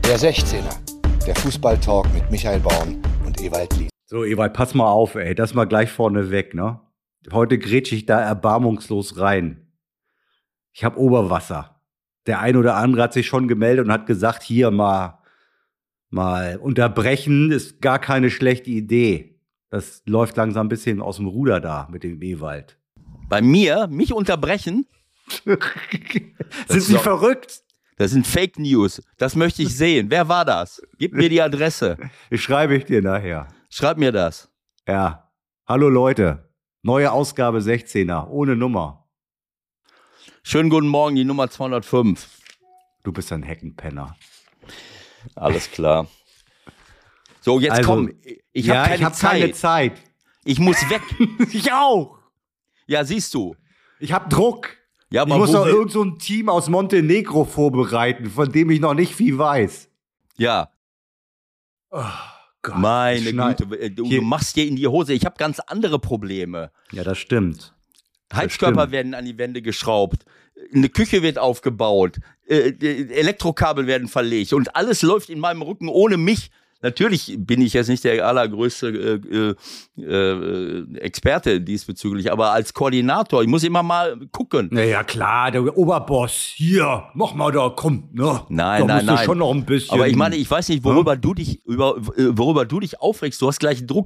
Der 16er, der Fußballtalk mit Michael Baum und Ewald Lies. So, Ewald, pass mal auf, ey, das mal gleich vorne weg, ne? Heute grätsche ich da erbarmungslos rein. Ich habe Oberwasser. Der ein oder andere hat sich schon gemeldet und hat gesagt, hier mal unterbrechen ist gar keine schlechte Idee. Das läuft langsam ein bisschen aus dem Ruder da mit dem Ewald. Bei mir? Mich unterbrechen? Sind Sie verrückt? Das sind Fake News. Das möchte ich sehen. Wer war das? Gib mir die Adresse. Schreibe ich dir nachher. Schreib mir das. Ja. Hallo Leute. Neue Ausgabe 16er. Ohne Nummer. Schönen guten Morgen, die Nummer 205. Du bist ein Heckenpenner. Alles klar. So, jetzt Also, komm. Ich habe keine Zeit. Ich muss weg. Ich auch. Ja, siehst du. Ich habe Druck. Ja, aber ich muss noch irgend so ein Team aus Montenegro vorbereiten, von dem ich noch nicht viel weiß. Ja. Oh Gott. Meine Güte, du machst dir in die Hose. Ich habe ganz andere Probleme. Ja, das stimmt. Heizkörper werden an die Wände geschraubt. Eine Küche wird aufgebaut. Elektrokabel werden verlegt. Und alles läuft in meinem Rücken ohne mich. Natürlich bin ich jetzt nicht der allergrößte Experte diesbezüglich, aber als Koordinator, ich muss immer mal gucken. Ja, klar, der Oberboss, hier, mach mal da, komm, ne? Nein. Schon noch ein bisschen. Aber ich meine, ich weiß nicht, worüber du dich aufregst. Du hast gleich Druck.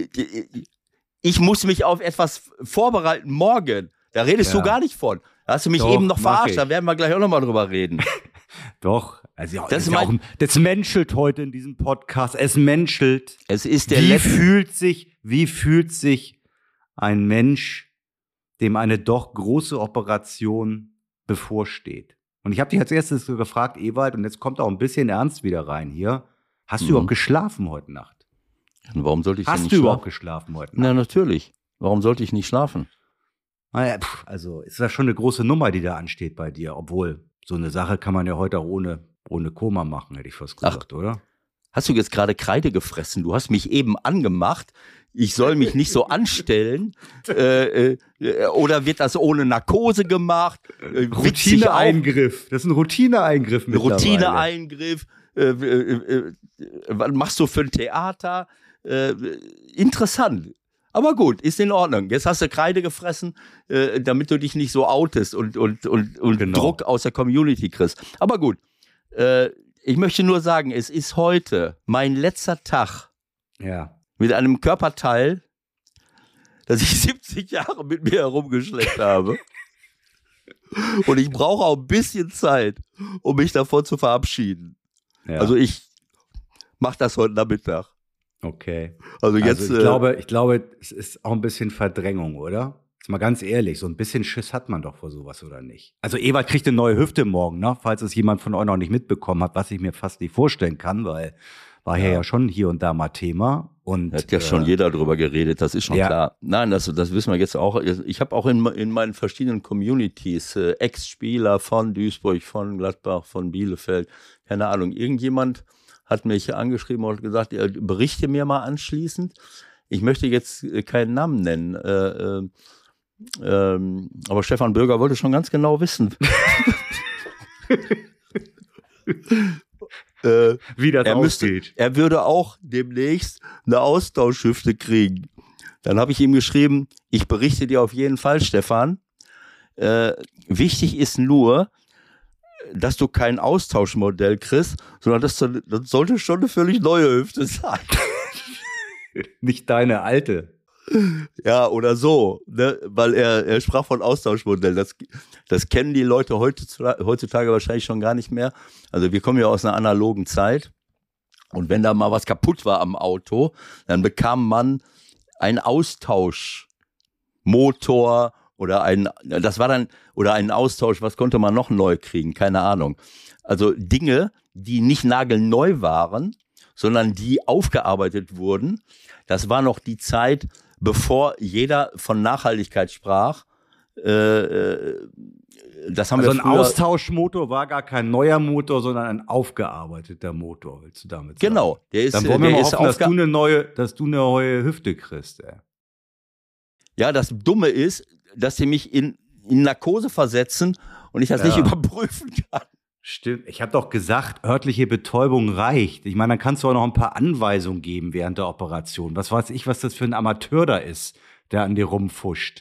Ich muss mich auf etwas vorbereiten morgen. Da redest du gar nicht von. Da hast du mich eben noch verarscht, da werden wir gleich auch noch mal drüber reden. Doch, also das menschelt heute in diesem Podcast. Es menschelt. Es ist der Wie fühlt sich ein Mensch, dem eine doch große Operation bevorsteht? Und ich habe dich als erstes so gefragt, Ewald, und jetzt kommt auch ein bisschen Ernst wieder rein hier. Hast du überhaupt geschlafen heute Nacht? Und warum sollte ich denn nicht schlafen? Hast du überhaupt geschlafen heute Nacht? Na, natürlich. Warum sollte ich nicht schlafen? Naja, also ist das schon eine große Nummer, die da ansteht bei dir, obwohl so eine Sache kann man ja heute auch ohne Koma machen, hätte ich fast gesagt, oder? Hast du jetzt gerade Kreide gefressen? Du hast mich eben angemacht. Ich soll mich nicht so anstellen. Oder wird das ohne Narkose gemacht? Routineeingriff. Das ist ein Routineeingriff mittlerweile. Routineeingriff. Was machst du für ein Theater? Interessant. Aber gut, ist in Ordnung. Jetzt hast du Kreide gefressen, damit du dich nicht so outest und genau. Druck aus der Community kriegst. Aber gut, ich möchte nur sagen, es ist heute mein letzter Tag mit einem Körperteil, das ich 70 Jahre mit mir herumgeschleppt habe. Und ich brauche auch ein bisschen Zeit, um mich davon zu verabschieden. Ja. Also ich mache das heute Nachmittag. Okay. Also jetzt. Ich glaube, es ist auch ein bisschen Verdrängung, oder? Jetzt mal ganz ehrlich, so ein bisschen Schiss hat man doch vor sowas, oder nicht? Also Ewald kriegt eine neue Hüfte morgen, ne? Falls es jemand von euch noch nicht mitbekommen hat, was ich mir fast nicht vorstellen kann, weil war ja schon hier und da mal Thema. Und hat ja schon jeder drüber geredet, das ist schon klar. Nein, das wissen wir jetzt auch. Ich habe auch in meinen verschiedenen Communities Ex-Spieler von Duisburg, von Gladbach, von Bielefeld, keine Ahnung, irgendjemand hat mich angeschrieben und gesagt, berichte mir mal anschließend. Ich möchte jetzt keinen Namen nennen, aber Stefan Bürger wollte schon ganz genau wissen, wie das aussieht. Er würde auch demnächst eine Austauschhüfte kriegen. Dann habe ich ihm geschrieben, ich berichte dir auf jeden Fall, Stefan. Wichtig ist nur, dass du kein Austauschmodell kriegst, sondern das sollte schon eine völlig neue Hüfte sein. Nicht deine alte. Ja, oder so, ne? Weil er sprach von Austauschmodell. Das kennen die Leute heutzutage wahrscheinlich schon gar nicht mehr. Also wir kommen ja aus einer analogen Zeit. Und wenn da mal was kaputt war am Auto, dann bekam man einen Austauschmotor oder einen Austausch, was konnte man noch neu kriegen? Keine Ahnung. Also Dinge, die nicht nagelneu waren, sondern die aufgearbeitet wurden. Das war noch die Zeit, bevor jeder von Nachhaltigkeit sprach. Das haben also wir ein Austauschmotor war gar kein neuer Motor, sondern ein aufgearbeiteter Motor, willst du damit sagen? Genau. Dann wollen wir mal hoffen, dass du eine neue Hüfte kriegst. Ey. Ja, das Dumme ist, dass sie mich in Narkose versetzen und ich das nicht überprüfen kann. Stimmt. Ich habe doch gesagt, örtliche Betäubung reicht. Ich meine, dann kannst du auch noch ein paar Anweisungen geben während der Operation. Was weiß ich, was das für ein Amateur da ist, der an dir rumfuscht.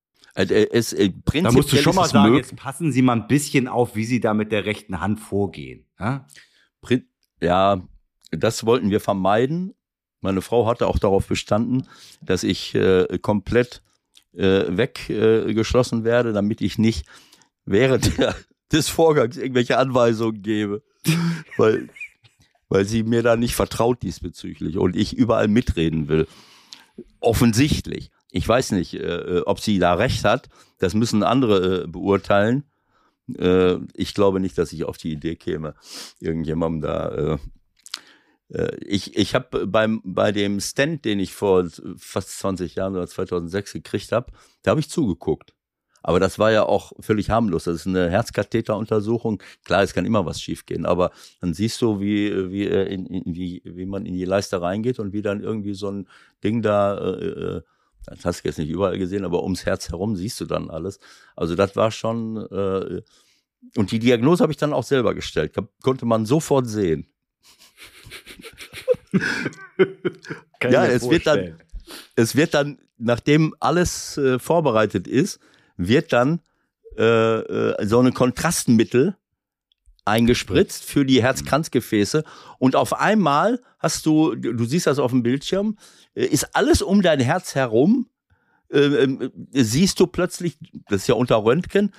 Da musst du schon mal sagen, jetzt passen Sie mal ein bisschen auf, wie Sie da mit der rechten Hand vorgehen. Ja, das wollten wir vermeiden. Meine Frau hatte auch darauf bestanden, dass ich komplett weggeschlossen werde, damit ich nicht während des Vorgangs irgendwelche Anweisungen gebe, weil sie mir da nicht vertraut diesbezüglich und ich überall mitreden will. Offensichtlich. Ich weiß nicht, ob sie da recht hat. Das müssen andere beurteilen. Ich glaube nicht, dass ich auf die Idee käme, irgendjemandem da. Ich habe bei dem Stent, den ich vor fast 20 Jahren oder 2006 gekriegt habe, da habe ich zugeguckt. Aber das war ja auch völlig harmlos. Das ist eine Herzkatheteruntersuchung. Klar, es kann immer was schiefgehen, aber dann siehst du, wie man in die Leiste reingeht und wie dann irgendwie so ein Ding da, das hast du jetzt nicht überall gesehen, aber ums Herz herum siehst du dann alles. Also das war schon, und die Diagnose habe ich dann auch selber gestellt. Konnte man sofort sehen. Ja, es wird dann, nachdem alles vorbereitet ist, wird dann so ein Kontrastmittel eingespritzt für die Herzkranzgefäße und auf einmal hast du siehst das auf dem Bildschirm, ist alles um dein Herz herum, siehst du plötzlich, das ist ja unter Röntgen,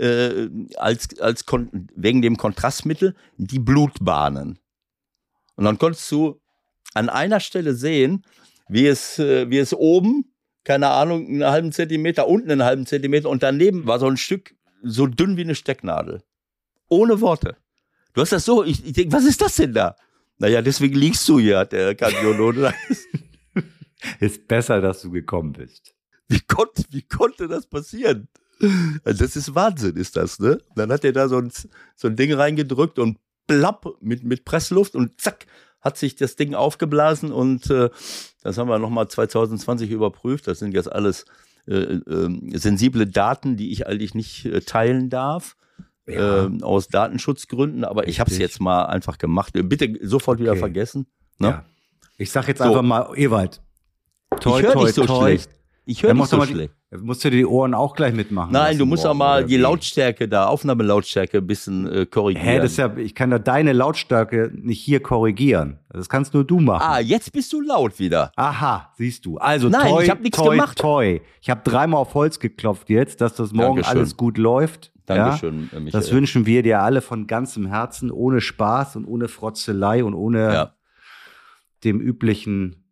wegen dem Kontrastmittel, die Blutbahnen. Und dann konntest du an einer Stelle sehen, wie es oben, keine Ahnung, einen halben Zentimeter, unten einen halben Zentimeter und daneben war so ein Stück so dünn wie eine Stecknadel. Ohne Worte. Du hast das so, ich denke, was ist das denn da? Naja, deswegen liegst du hier, hat der Kardiologe. Ist besser, dass du gekommen bist. Wie konnte das passieren? Das ist Wahnsinn, ist das, ne? Dann hat er da so ein Ding reingedrückt und plapp mit Pressluft und zack, hat sich das Ding aufgeblasen und das haben wir nochmal 2020 überprüft. Das sind jetzt alles sensible Daten, die ich eigentlich nicht teilen darf, aus Datenschutzgründen, aber ich habe es jetzt mal einfach gemacht. Bitte sofort wieder vergessen. Ne? Ja. Ich sag jetzt einfach mal, Ewald, toi, toi, toi. Ich höre nicht so schlecht. Musst du die Ohren auch gleich mitmachen? Nein, du musst auch mal die Lautstärke da, Aufnahmelautstärke ein bisschen korrigieren. Das ist ja, ich kann da deine Lautstärke nicht hier korrigieren. Das kannst nur du machen. Ah, jetzt bist du laut wieder. Aha, siehst du. Also nein, toi, ich habe nichts toi, gemacht. Toi. Ich habe 3-mal auf Holz geklopft jetzt, dass das morgen alles gut läuft. Dankeschön, Michael. Das wünschen wir dir alle von ganzem Herzen, ohne Spaß und ohne Frotzelei und ohne dem üblichen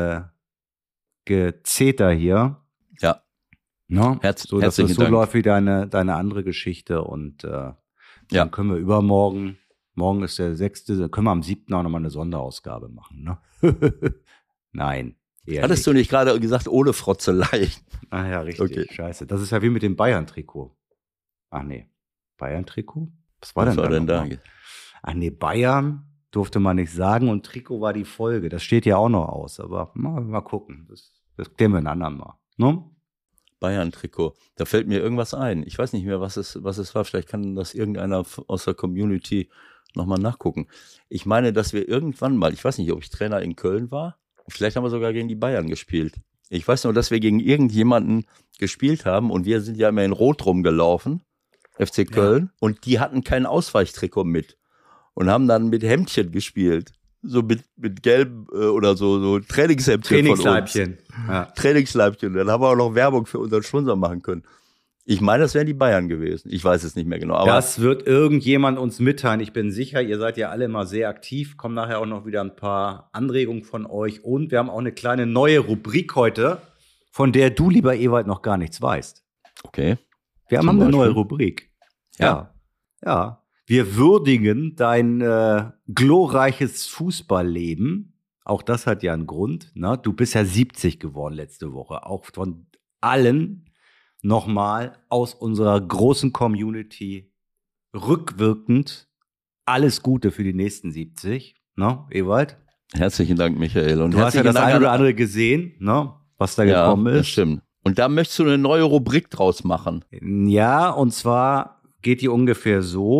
Gezeter hier. Ja. No? Herzlichen Dass Dank. So läuft wie deine andere Geschichte und dann können wir übermorgen, morgen ist der 6., dann können wir am 7. auch nochmal eine Sonderausgabe machen, ne? Nein. Hattest du nicht gerade gesagt, ohne Frotzelei? Ach ja, richtig. Okay. Scheiße. Das ist ja wie mit dem Bayern-Trikot. Ach nee. Bayern-Trikot? Was war denn da? Ach nee, Bayern durfte man nicht sagen und Trikot war die Folge. Das steht ja auch noch aus, aber mal gucken. Das klären wir ein andermal. Ne? Bayern-Trikot. Da fällt mir irgendwas ein. Ich weiß nicht mehr, was es war. Vielleicht kann das irgendeiner aus der Community nochmal nachgucken. Ich meine, dass wir irgendwann mal, ich weiß nicht, ob ich Trainer in Köln war, vielleicht haben wir sogar gegen die Bayern gespielt. Ich weiß nur, dass wir gegen irgendjemanden gespielt haben und wir sind ja immer in Rot rumgelaufen, FC Köln, und die hatten kein Ausweichtrikot mit und haben dann mit Hemdchen gespielt. So mit gelben oder so Trainingshemdchen. Trainingsleibchen. Ja. Trainingsleibchen. Dann haben wir auch noch Werbung für unseren Sponsor machen können. Ich meine, das wären die Bayern gewesen. Ich weiß es nicht mehr genau. Aber das wird irgendjemand uns mitteilen. Ich bin sicher, ihr seid ja alle immer sehr aktiv. Kommen nachher auch noch wieder ein paar Anregungen von euch. Und wir haben auch eine kleine neue Rubrik heute, von der du, lieber Ewald, noch gar nichts weißt. Okay. Wir haben eine neue Rubrik. Ja. Wir würdigen dein glorreiches Fußballleben. Auch das hat ja einen Grund. Ne? Du bist ja 70 geworden letzte Woche. Auch von allen nochmal aus unserer großen Community rückwirkend alles Gute für die nächsten 70. Ne, Ewald? Herzlichen Dank, Michael. Und du hast ja das eine oder andere gesehen, ne, was da gekommen ist. Ja, das stimmt. Und da möchtest du eine neue Rubrik draus machen. Ja, und zwar geht die ungefähr so.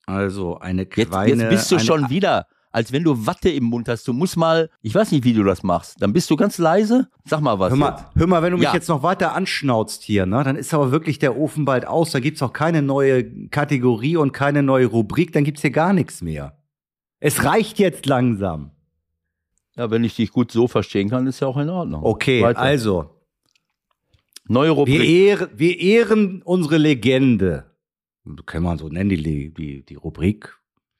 Also eine Jetzt kleine... bist du schon wieder, als wenn du Watte im Mund hast. Du musst mal, ich weiß nicht, wie du das machst. Dann bist du ganz leise. Sag mal was. Hör mal, wenn du mich Ja. jetzt noch weiter anschnauzt hier, ne, dann ist aber wirklich der Ofen bald aus. Da gibt's auch keine neue Kategorie und keine neue Rubrik. Dann gibt's hier gar nichts mehr. Es reicht jetzt langsam. Ja, wenn ich dich gut so verstehen kann, ist ja auch in Ordnung. Okay, Weiter. also, Neue Rubrik. wir ehren unsere Legende. Kann man so nennen, die Rubrik.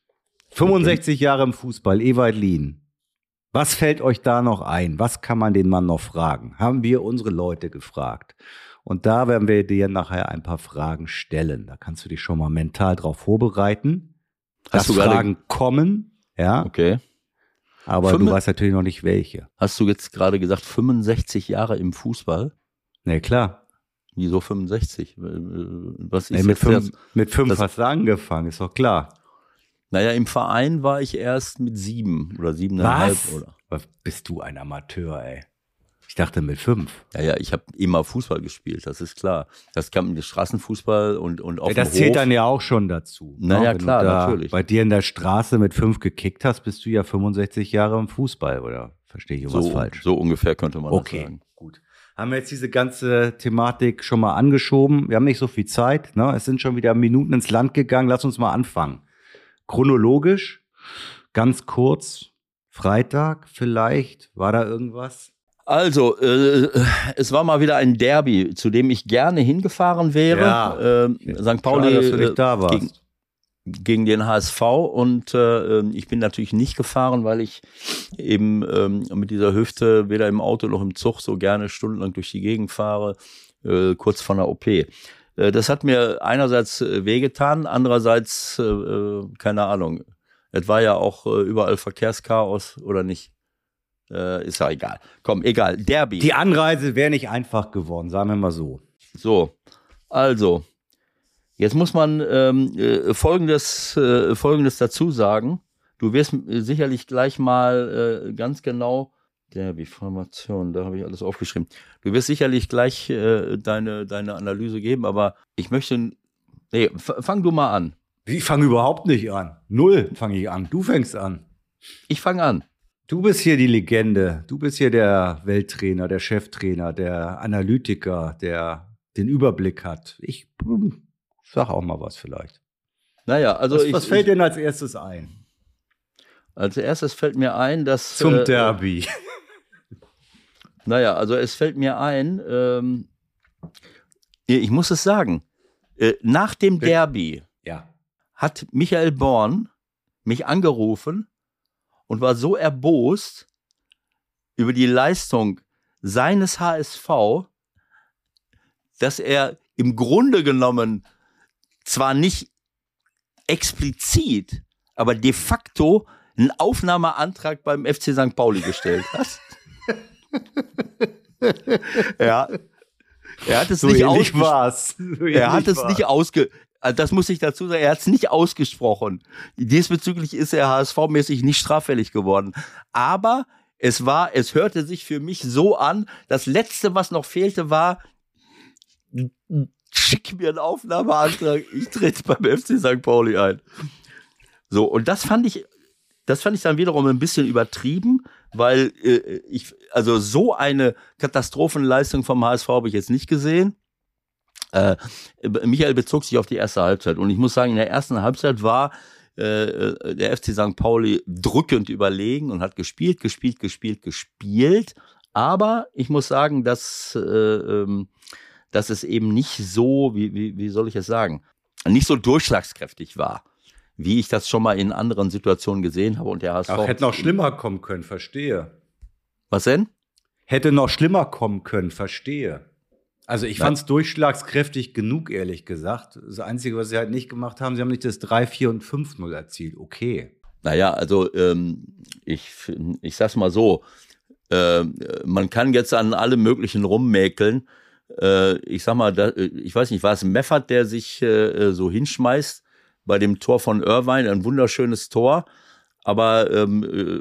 65 Jahre im Fußball, Ewald Lien. Was fällt euch da noch ein? Was kann man den Mann noch fragen? Haben wir unsere Leute gefragt. Und da werden wir dir nachher ein paar Fragen stellen. Da kannst du dich schon mal mental drauf vorbereiten. Hast dass du gerade- Fragen kommen, ja, Okay. aber du weißt natürlich noch nicht welche. Hast du jetzt gerade gesagt, 65 Jahre im Fußball? Ne, klar. Wieso 65? Was ist Ey, mit jetzt fünf das- hast du angefangen, ist doch klar. Naja, im Verein war ich erst mit 7 oder 7,5. Oder. Was bist du ein Amateur, ey? Ich dachte mit 5. Ja, ich habe immer Fußball gespielt, das ist klar. Das kam mit Straßenfußball und auf Das dem zählt Hof. dann ja auch schon dazu. Naja, Wenn klar, du da natürlich. bei dir in der Straße mit 5 gekickt hast, bist du ja 65 Jahre im Fußball, oder verstehe ich irgendwas falsch? So ungefähr könnte man das Okay, sagen. gut. Haben wir jetzt diese ganze Thematik schon mal angeschoben? Wir haben nicht so viel Zeit, ne? Es sind schon wieder Minuten ins Land gegangen. Lass uns mal anfangen. Chronologisch, ganz kurz, Freitag vielleicht, war da irgendwas? Also, es war mal wieder ein Derby, zu dem ich gerne hingefahren wäre. Ja. St. Pauli Schade, dass du nicht da warst. gegen den HSV und ich bin natürlich nicht gefahren, weil ich eben mit dieser Hüfte weder im Auto noch im Zug so gerne stundenlang durch die Gegend fahre, kurz vor einer OP. Das hat mir einerseits wehgetan, andererseits, keine Ahnung, es war ja auch überall Verkehrschaos, oder nicht? Ist ja egal. Komm, egal. Derby. Die Anreise wäre nicht einfach geworden, sagen wir mal so. So, also, jetzt muss man Folgendes dazu sagen. Du wirst sicherlich gleich mal ganz genau, Derby-Formation, da habe ich alles aufgeschrieben. Du wirst sicherlich gleich deine Analyse geben, aber ich möchte, fang du mal an. Ich fange überhaupt nicht an. Null fange ich an. Du fängst an. Ich fange an. Du bist hier die Legende. Du bist hier der Welttrainer, der Cheftrainer, der Analytiker, der den Überblick hat. Ich sag auch mal was vielleicht. Naja, also Was fällt denn als erstes ein? Als erstes fällt mir ein, dass Zum Derby. Naja, also es fällt mir ein, ich muss es sagen, nach dem Derby Ja. hat Michael Born mich angerufen und war so erbost über die Leistung seines HSV, dass er im Grunde genommen zwar nicht explizit, aber de facto einen Aufnahmeantrag beim FC St. Pauli gestellt hat. Ja. Er hat es nicht das muss ich dazu sagen, er hat es nicht ausgesprochen. Diesbezüglich ist er HSV-mäßig nicht straffällig geworden. Aber es hörte sich für mich so an, das Letzte, was noch fehlte, war, schick mir einen Aufnahmeantrag, ich trete beim FC St. Pauli ein. So, und das fand ich dann wiederum ein bisschen übertrieben, weil also so eine Katastrophenleistung vom HSV habe ich jetzt nicht gesehen. Michael bezog sich auf die erste Halbzeit und ich muss sagen, in der ersten Halbzeit war der FC St. Pauli drückend überlegen und hat gespielt, aber ich muss sagen, dass es eben nicht so, wie soll ich es sagen, nicht so durchschlagskräftig war, wie ich das schon mal in anderen Situationen gesehen habe und der HSV. Ach, hätte noch schlimmer kommen können, verstehe. Was denn? Hätte noch schlimmer kommen können, verstehe. Also ich fand es durchschlagskräftig genug, ehrlich gesagt. Das Einzige, was sie halt nicht gemacht haben, sie haben nicht das 3-4 und 5-0 erzielt. Okay. Naja, also ich sag's mal so, man kann jetzt an allem Möglichen rummäkeln. Ich sag mal, ich weiß nicht, war es Meffert, der sich so hinschmeißt bei dem Tor von Irvine, ein wunderschönes Tor, aber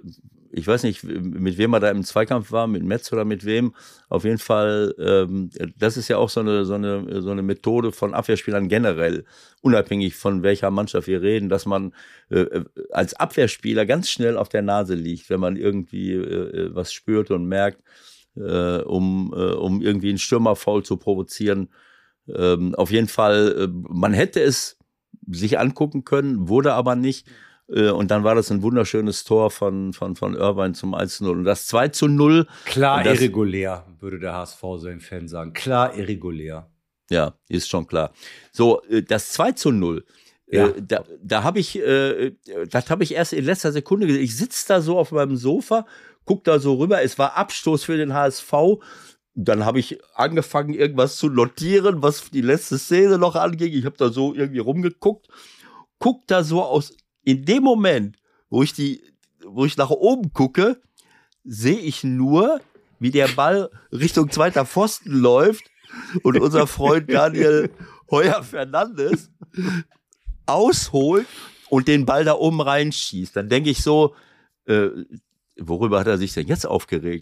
ich weiß nicht, mit wem er da im Zweikampf war, mit Metz oder mit wem. Auf jeden Fall, das ist ja auch so eine Methode von Abwehrspielern generell, unabhängig von welcher Mannschaft wir reden, dass man als Abwehrspieler ganz schnell auf der Nase liegt, wenn man irgendwie was spürt und merkt, um irgendwie einen Stürmerfoul zu provozieren. Auf jeden Fall, man hätte es sich angucken können, wurde aber nicht. Und dann war das ein wunderschönes Tor von Irvine zum 1:0. Und das 2:0. Klar irregulär, würde der HSV sein Fan sagen. Klar irregulär. Ja, ist schon klar. So, das 2:0. Ja. Das habe ich erst in letzter Sekunde gesehen. Ich sitze da so auf meinem Sofa, guck da so rüber. Es war Abstoß für den HSV. Dann habe ich angefangen, irgendwas zu notieren, was die letzte Szene noch anging. Ich habe da so irgendwie rumgeguckt. Guck da so aus. In dem Moment, wo ich nach oben gucke, sehe ich nur, wie der Ball Richtung zweiter Pfosten läuft und unser Freund Daniel Heuer-Fernandes ausholt und den Ball da oben reinschießt. Dann denke ich so, worüber hat er sich denn jetzt aufgeregt?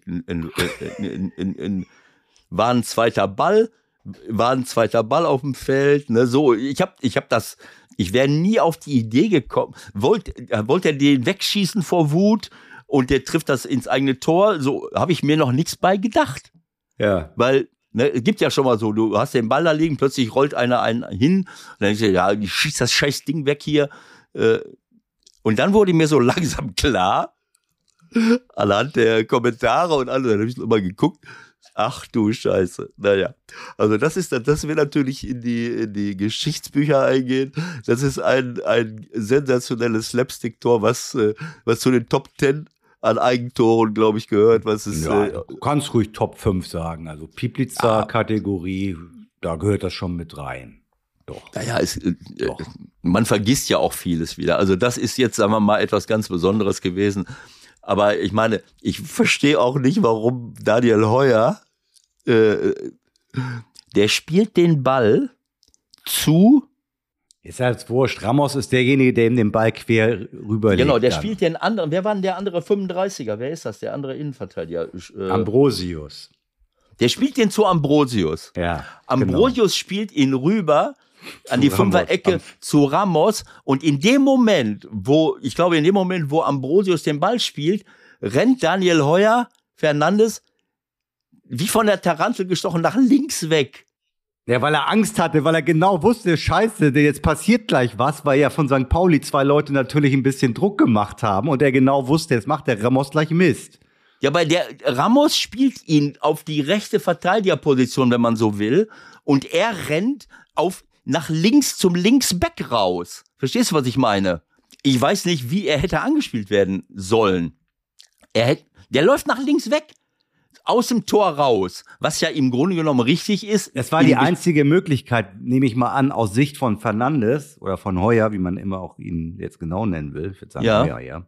War ein zweiter Ball auf dem Feld, ne, so, ich wäre nie auf die Idee gekommen. Wollte er den wegschießen vor Wut und der trifft das ins eigene Tor? So habe ich mir noch nichts bei gedacht. Ja. Weil, ne, es gibt ja schon mal so, du hast den Ball da liegen, plötzlich rollt einer einen hin und dann denkst du, ja, ich schieß das scheiß Ding weg hier. Und dann wurde mir so langsam klar, anhand der Kommentare und alles, dann habe ich nochmal geguckt, ach du Scheiße. Naja, also das wird natürlich in die Geschichtsbücher eingehen. Das ist ein sensationelles Slapstick-Tor, was zu den Top 10 an Eigentoren, glaube ich, gehört. Du kannst ruhig Top 5 sagen. Also Pieplitzer-Kategorie, da gehört das schon mit rein. Doch. Naja, man vergisst ja auch vieles wieder. Also das ist jetzt, sagen wir mal, etwas ganz Besonderes gewesen. Aber ich meine, ich verstehe auch nicht, warum Daniel Heuer, der spielt den Ball zu. Ist halt wurscht. Ramos ist derjenige, der ihm den Ball quer rüberlegt. Genau, der spielt den anderen. Wer war denn der andere 35er? Wer ist das? Der andere Innenverteidiger? Ambrosius. Der spielt den zu Ambrosius. Ja. Ambrosius spielt ihn rüber an die Fünfer-Ecke zu Ramos. Und in dem Moment, wo Ambrosius den Ball spielt, rennt Daniel Heuer-Fernandes wie von der Tarantel gestochen nach links weg. Ja, weil er Angst hatte, weil er genau wusste, scheiße, jetzt passiert gleich was, weil ja von St. Pauli 2 Leute natürlich ein bisschen Druck gemacht haben und er genau wusste, jetzt macht der Ramos gleich Mist. Ja, aber der Ramos spielt ihn auf die rechte Verteidigerposition, wenn man so will, und er rennt nach links zum Linksback raus. Verstehst du, was ich meine? Ich weiß nicht, wie er hätte angespielt werden sollen. Der läuft nach links weg, aus dem Tor raus, was ja im Grunde genommen richtig ist. Das war die einzige Möglichkeit, nehme ich mal an, aus Sicht von Fernandes oder von Heuer, wie man immer auch ihn jetzt genau nennen will. Ich würde sagen, Heuer,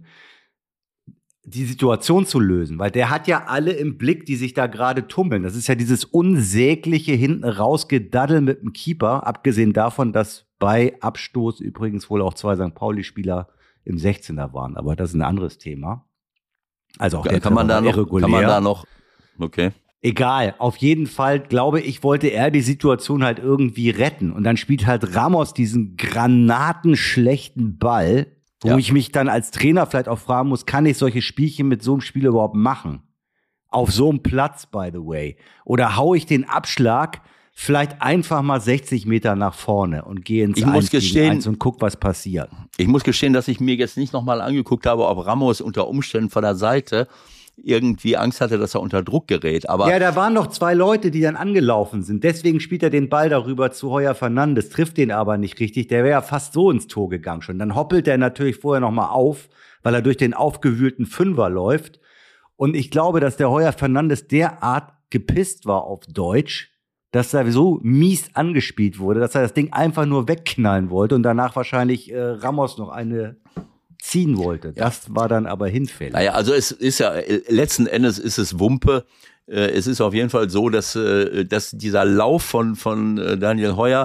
die Situation zu lösen, weil der hat ja alle im Blick, die sich da gerade tummeln. Das ist ja dieses unsägliche hinten rausgedaddel mit dem Keeper, abgesehen davon, dass bei Abstoß übrigens wohl auch 2 St. Pauli-Spieler im 16er waren, aber das ist ein anderes Thema. Also auch der kann man da noch, okay. Egal, auf jeden Fall, glaube ich, wollte er die Situation halt irgendwie retten. Und dann spielt halt Ramos diesen granatenschlechten Ball, wo ich mich dann als Trainer vielleicht auch fragen muss, kann ich solche Spielchen mit so einem Spieler überhaupt machen? Auf so einem Platz, by the way. Oder hau ich den Abschlag vielleicht einfach mal 60 Meter nach vorne und gehe ins 1-gegen-1 und guck, was passiert. Ich muss gestehen, dass ich mir jetzt nicht nochmal angeguckt habe, ob Ramos unter Umständen von der Seite irgendwie Angst hatte, dass er unter Druck gerät. Aber ja, da waren noch 2 Leute, die dann angelaufen sind. Deswegen spielt er den Ball darüber zu Heuer Fernandes, trifft den aber nicht richtig. Der wäre ja fast so ins Tor gegangen schon. Dann hoppelt er natürlich vorher nochmal auf, weil er durch den aufgewühlten Fünfer läuft. Und ich glaube, dass der Heuer Fernandes derart gepisst war auf Deutsch, dass er so mies angespielt wurde, dass er das Ding einfach nur wegknallen wollte und danach wahrscheinlich Ramos noch eine ziehen wollte. Das war dann aber hinfällig. Naja, also es ist ja, letzten Endes ist es Wumpe. Es ist auf jeden Fall so, dass dieser Lauf von Daniel Heuer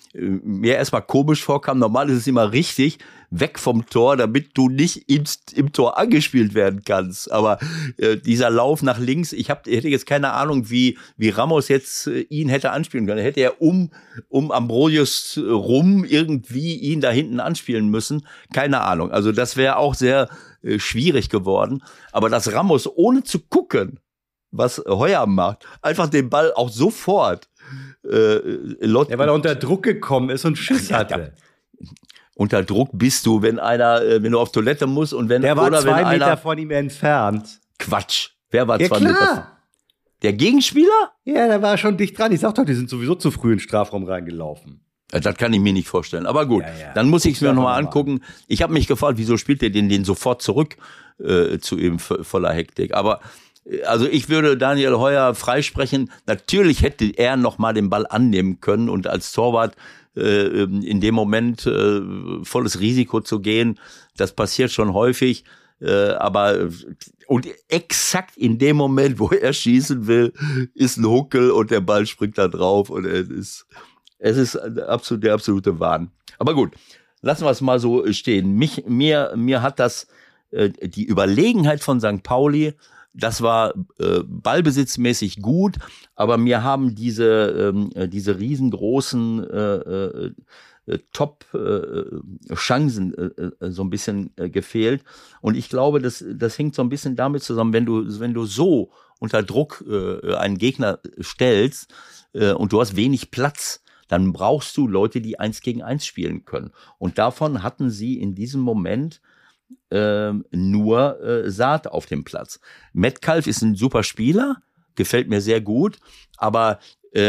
mir erstmal komisch vorkam. Normal ist es immer richtig, weg vom Tor, damit du nicht im Tor angespielt werden kannst. Aber dieser Lauf nach links, hätte jetzt keine Ahnung, wie Ramos jetzt ihn hätte anspielen können. Hätte er um Ambrosius rum irgendwie ihn da hinten anspielen müssen. Keine Ahnung. Also das wäre auch sehr schwierig geworden. Aber dass Ramos ohne zu gucken, was Heuer macht, einfach den Ball auch sofort weil er unter Druck gekommen ist und Schiss hatte. Unter Druck bist du, wenn du auf Toilette musst und wenn der war oder 2 wenn Meter einer, von ihm entfernt. Quatsch. Wer war Ja, 2 klar. Meter? Der Gegenspieler? Ja, der war schon dicht dran. Ich sag doch, die sind sowieso zu früh in den Strafraum reingelaufen. Das kann ich mir nicht vorstellen. Aber gut, Ja. dann muss ich es mir Guck's nochmal einfach mal angucken. Ich habe mich gefragt, wieso spielt der den sofort zurück zu ihm voller Hektik. Aber also ich würde Daniel Heuer freisprechen. Natürlich hätte er noch mal den Ball annehmen können und als Torwart in dem Moment volles Risiko zu gehen, das passiert schon häufig. Aber und exakt in dem Moment, wo er schießen will, ist ein Huckel und der Ball springt da drauf und es ist der absolute Wahn. Aber gut, lassen wir es mal so stehen. Mir hat das die Überlegenheit von St. Pauli, das war ballbesitzmäßig gut, aber mir haben diese riesengroßen Top-Chancen so ein bisschen gefehlt. Und ich glaube, das hängt so ein bisschen damit zusammen, wenn du so unter Druck einen Gegner stellst und du hast wenig Platz, dann brauchst du Leute, die 1 gegen 1 spielen können. Und davon hatten sie in diesem Moment nur Saat auf dem Platz. Metcalf ist ein super Spieler, gefällt mir sehr gut, aber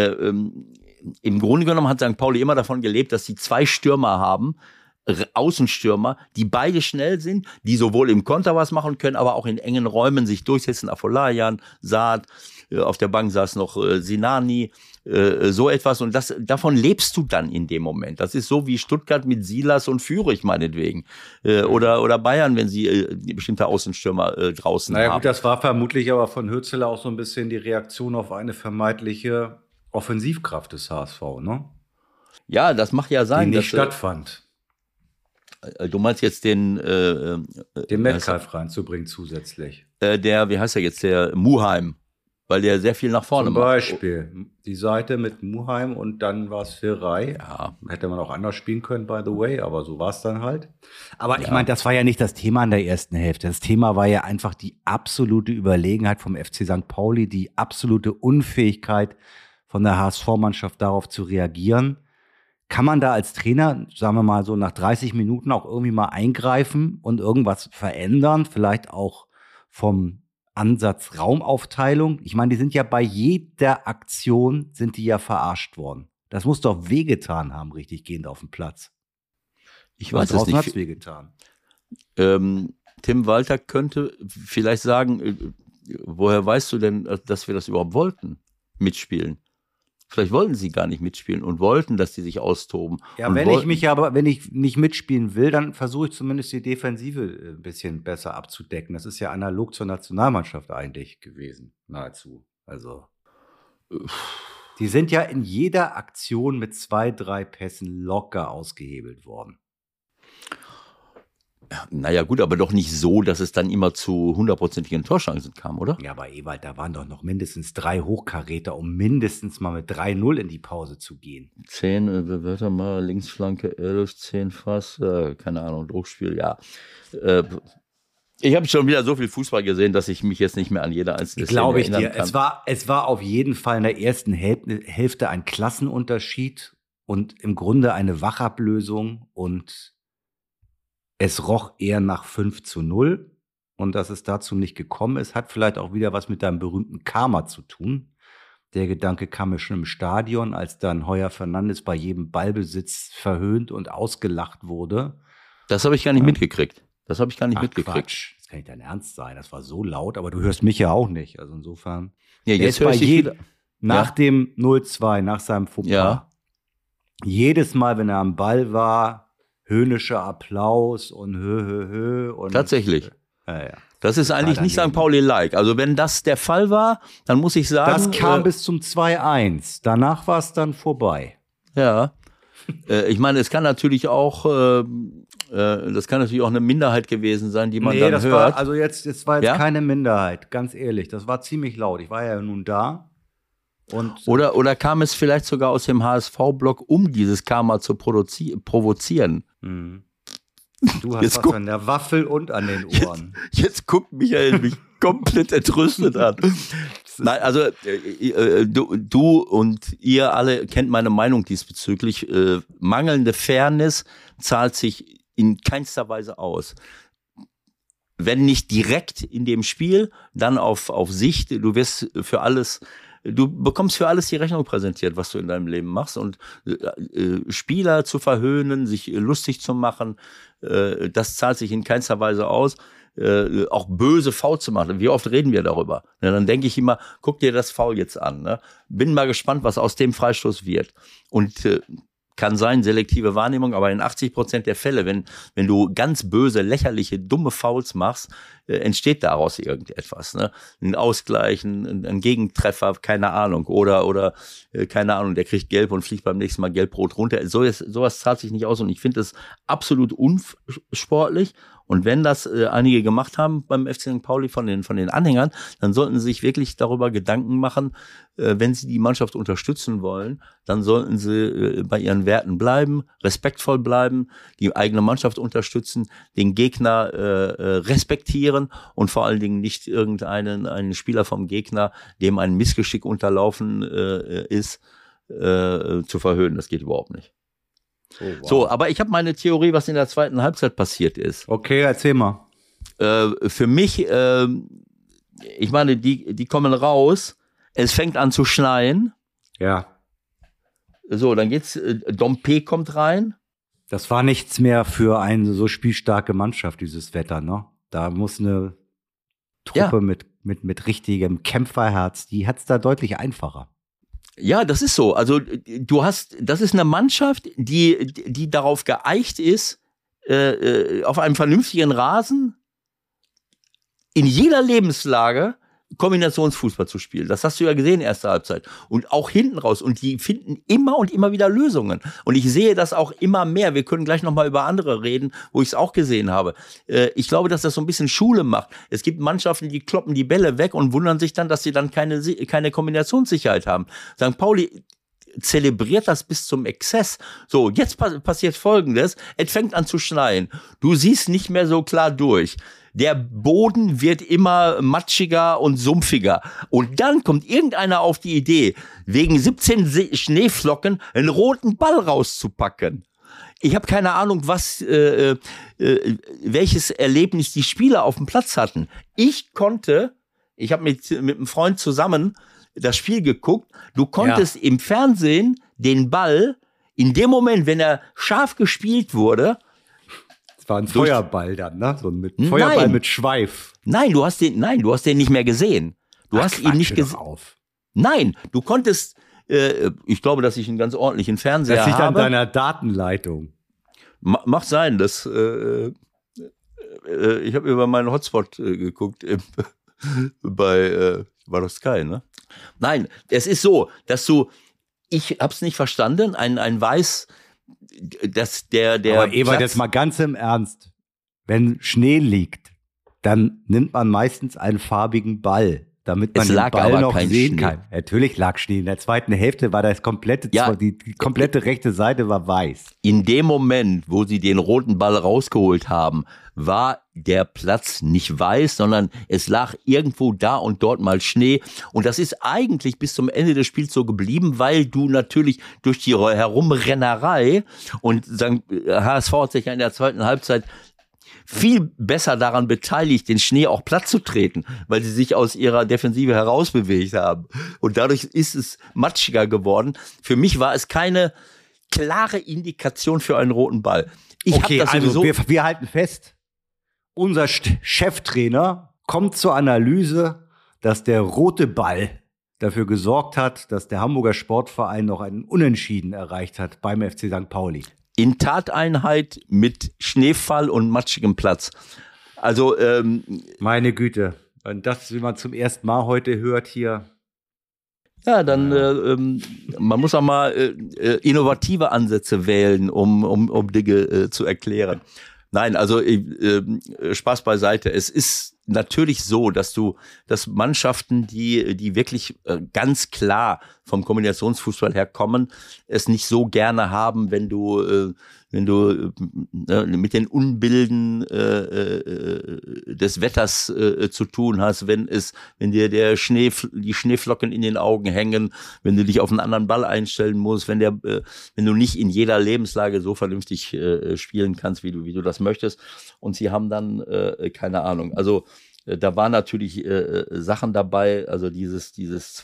im Grunde genommen hat St. Pauli immer davon gelebt, dass sie 2 Stürmer haben, Außenstürmer, die beide schnell sind, die sowohl im Konter was machen können, aber auch in engen Räumen sich durchsetzen. Afolayan, Saad, auf der Bank saß noch Sinani, so etwas. Und davon lebst du dann in dem Moment. Das ist so wie Stuttgart mit Silas und Führig meinetwegen. Oder Bayern, wenn sie bestimmte Außenstürmer draußen haben. Naja gut, das war vermutlich aber von Hürzeler auch so ein bisschen die Reaktion auf eine vermeidliche Offensivkraft des HSV, ne? Ja, das mag ja sein. Die nicht stattfand. Du meinst jetzt den Metcalf reinzubringen zusätzlich. Wie heißt er jetzt, der Muheim, weil der sehr viel nach vorne Zum macht. Beispiel die Seite mit Muheim und dann war es Firei. Ja. Hätte man auch anders spielen können, by the way, aber so war es dann halt. Aber ich meine, das war ja nicht das Thema in der ersten Hälfte. Das Thema war ja einfach die absolute Überlegenheit vom FC St. Pauli, die absolute Unfähigkeit von der HSV-Mannschaft darauf zu reagieren. Kann man da als Trainer, sagen wir mal so nach 30 Minuten auch irgendwie mal eingreifen und irgendwas verändern? Vielleicht auch vom Ansatz Raumaufteilung? Ich meine, die sind ja bei jeder Aktion sind die ja verarscht worden. Das muss doch wehgetan haben, richtig gehend auf dem Platz. Ich weiß es nicht. Hat's wehgetan. Tim Walter könnte vielleicht sagen, woher weißt du denn, dass wir das überhaupt wollten, mitspielen? Vielleicht wollten sie gar nicht mitspielen und wollten, dass die sich austoben. Ja, wenn ich nicht mitspielen will, dann versuche ich zumindest die Defensive ein bisschen besser abzudecken. Das ist ja analog zur Nationalmannschaft eigentlich gewesen, nahezu. Also, die sind ja in jeder Aktion mit 2, 3 Pässen locker ausgehebelt worden. Naja gut, aber doch nicht so, dass es dann immer zu 100%igen Torchancen kam, oder? Ja, aber Ewald, da waren doch noch mindestens 3 Hochkaräter, um mindestens mal mit 3-0 in die Pause zu gehen. 10, warte mal, Linksflanke 11, 10 Fass, keine Ahnung, Druckspiel, ja. Ich habe schon wieder so viel Fußball gesehen, dass ich mich jetzt nicht mehr an jede einzelne Szene Glaube ich erinnern dir. kann. Es war auf jeden Fall in der ersten Hälfte ein Klassenunterschied und im Grunde eine Wachablösung und es roch eher nach 5-0 und dass es dazu nicht gekommen ist, hat vielleicht auch wieder was mit deinem berühmten Karma zu tun. Der Gedanke kam mir schon im Stadion, als dann Heuer Fernandes bei jedem Ballbesitz verhöhnt und ausgelacht wurde. Das habe ich gar nicht mitgekriegt. Quatsch, das kann nicht dein Ernst sein. Das war so laut, aber du hörst mich ja auch nicht. Also insofern. Ja, jetzt höre ich wieder. Nach dem 0-2, nach seinem Fauxpas. Ja. Jedes Mal, wenn er am Ball war, höhnischer Applaus und hö. Und Tatsächlich. Ja. Das ist eigentlich nicht St. Pauli-like. Also wenn das der Fall war, dann muss ich sagen... Das kam bis zum 2-1. Danach war es dann vorbei. Ja. Ich meine, es kann natürlich auch, das kann natürlich auch eine Minderheit gewesen sein, die man dann das hört. war, das war jetzt keine Minderheit, ganz ehrlich. Das war ziemlich laut. Ich war ja nun da. Und Oder kam es vielleicht sogar aus dem HSV-Block, um dieses Karma zu provozieren? Mhm. Du hast was an der Waffel und an den Ohren. Jetzt guckt Michael mich komplett entrüstet an. Nein, also du und ihr alle kennt meine Meinung diesbezüglich. Mangelnde Fairness zahlt sich in keinster Weise aus. Wenn nicht direkt in dem Spiel, dann auf Sicht. Du bekommst für alles die Rechnung präsentiert, was du in deinem Leben machst. Und Spieler zu verhöhnen, sich lustig zu machen, das zahlt sich in keinster Weise aus. Auch böse Foul zu machen. Wie oft reden wir darüber? Ja, dann denke ich immer, guck dir das Foul jetzt an. Ne? Bin mal gespannt, was aus dem Freistoß wird. Und kann sein, selektive Wahrnehmung, aber in 80% der Fälle, wenn du ganz böse, lächerliche, dumme Fouls machst, entsteht daraus irgendetwas. Ne? Ein Ausgleich, ein Gegentreffer, keine Ahnung. Oder keine Ahnung, der kriegt Gelb und fliegt beim nächsten Mal Gelb-Rot runter. Sowas zahlt sich nicht aus und ich finde es absolut unsportlich. Und wenn das einige gemacht haben beim FC St. Pauli von den Anhängern, dann sollten sie sich wirklich darüber Gedanken machen, wenn sie die Mannschaft unterstützen wollen, dann sollten sie bei ihren Werten bleiben, respektvoll bleiben, die eigene Mannschaft unterstützen, den Gegner respektieren und vor allen Dingen nicht einen Spieler vom Gegner, dem ein Missgeschick unterlaufen ist, zu verhöhnen. Das geht überhaupt nicht. Oh, wow. So, aber ich habe meine Theorie, was in der zweiten Halbzeit passiert ist. Okay, erzähl mal. Für mich, ich meine, die kommen raus, es fängt an zu schneien. Ja. So, dann geht's, Dompe kommt rein. Das war nichts mehr für eine so spielstarke Mannschaft, dieses Wetter, ne? Da muss eine Truppe mit richtigem Kämpferherz, die hat's da deutlich einfacher. Ja, das ist so. Also das ist eine Mannschaft, die darauf geeicht ist, auf einem vernünftigen Rasen in jeder Lebenslage Kombinationsfußball zu spielen. Das hast du ja gesehen, erste Halbzeit. Und auch hinten raus. Und die finden immer und immer wieder Lösungen. Und ich sehe das auch immer mehr. Wir können gleich nochmal über andere reden, wo ich es auch gesehen habe. Ich glaube, dass das so ein bisschen Schule macht. Es gibt Mannschaften, die kloppen die Bälle weg und wundern sich dann, dass sie dann keine Kombinationssicherheit haben. St. Pauli zelebriert das bis zum Exzess. So, jetzt passiert Folgendes. Es fängt an zu schneien. Du siehst nicht mehr so klar durch. Der Boden wird immer matschiger und sumpfiger. Und dann kommt irgendeiner auf die Idee, wegen 17 Schneeflocken einen roten Ball rauszupacken. Ich habe keine Ahnung, welches Erlebnis die Spieler auf dem Platz hatten. Ich habe mit einem Freund zusammen das Spiel geguckt. Du konntest im Fernsehen den Ball, in dem Moment, wenn er scharf gespielt wurde, das war ein Feuerball dann, ne? So ein Feuerball mit Schweif. Nein, du hast den nicht mehr gesehen. Du hast ihn nicht gesehen. Nein, du konntest, ich glaube, dass ich einen ganz ordentlichen Fernseher habe. Das liegt an deiner Datenleitung. Mag sein, ich habe über meinen Hotspot geguckt bei war doch Sky, ne? Nein, es ist so, dass ich hab's nicht verstanden, ein Weiß, dass der Aber Ewald, jetzt mal ganz im Ernst. Wenn Schnee liegt, dann nimmt man meistens einen farbigen Ball, damit man den Ball noch sehen kann. Natürlich lag Schnee. In der zweiten Hälfte war das komplette, die komplette rechte Seite war weiß. In dem Moment, wo sie den roten Ball rausgeholt haben, war der Platz nicht weiß, sondern es lag irgendwo da und dort mal Schnee. Und das ist eigentlich bis zum Ende des Spiels so geblieben, weil du natürlich durch die Herumrennerei und HSV hat sich ja in der zweiten Halbzeit viel besser daran beteiligt, den Schnee auch platt zu treten, weil sie sich aus ihrer Defensive herausbewegt haben. Und dadurch ist es matschiger geworden. Für mich war es keine klare Indikation für einen roten Ball. Wir halten fest, unser Cheftrainer kommt zur Analyse, dass der rote Ball dafür gesorgt hat, dass der Hamburger Sportverein noch einen Unentschieden erreicht hat beim FC St. Pauli. In Tateinheit mit Schneefall und matschigem Platz. Also, meine Güte, wenn das, wie man zum ersten Mal heute hört hier. Ja, dann man muss auch mal innovative Ansätze wählen, um Dinge zu erklären. Nein, also Spaß beiseite. Es ist natürlich so, dass Mannschaften, die wirklich ganz klar vom Kombinationsfußball her kommen, es nicht so gerne haben, wenn du mit den Unbilden des Wetters zu tun hast, wenn dir die Schneeflocken in den Augen hängen, wenn du dich auf einen anderen Ball einstellen musst, wenn du nicht in jeder Lebenslage so vernünftig spielen kannst, wie du das möchtest. Und sie haben dann keine Ahnung. Also da waren natürlich Sachen dabei, also dieses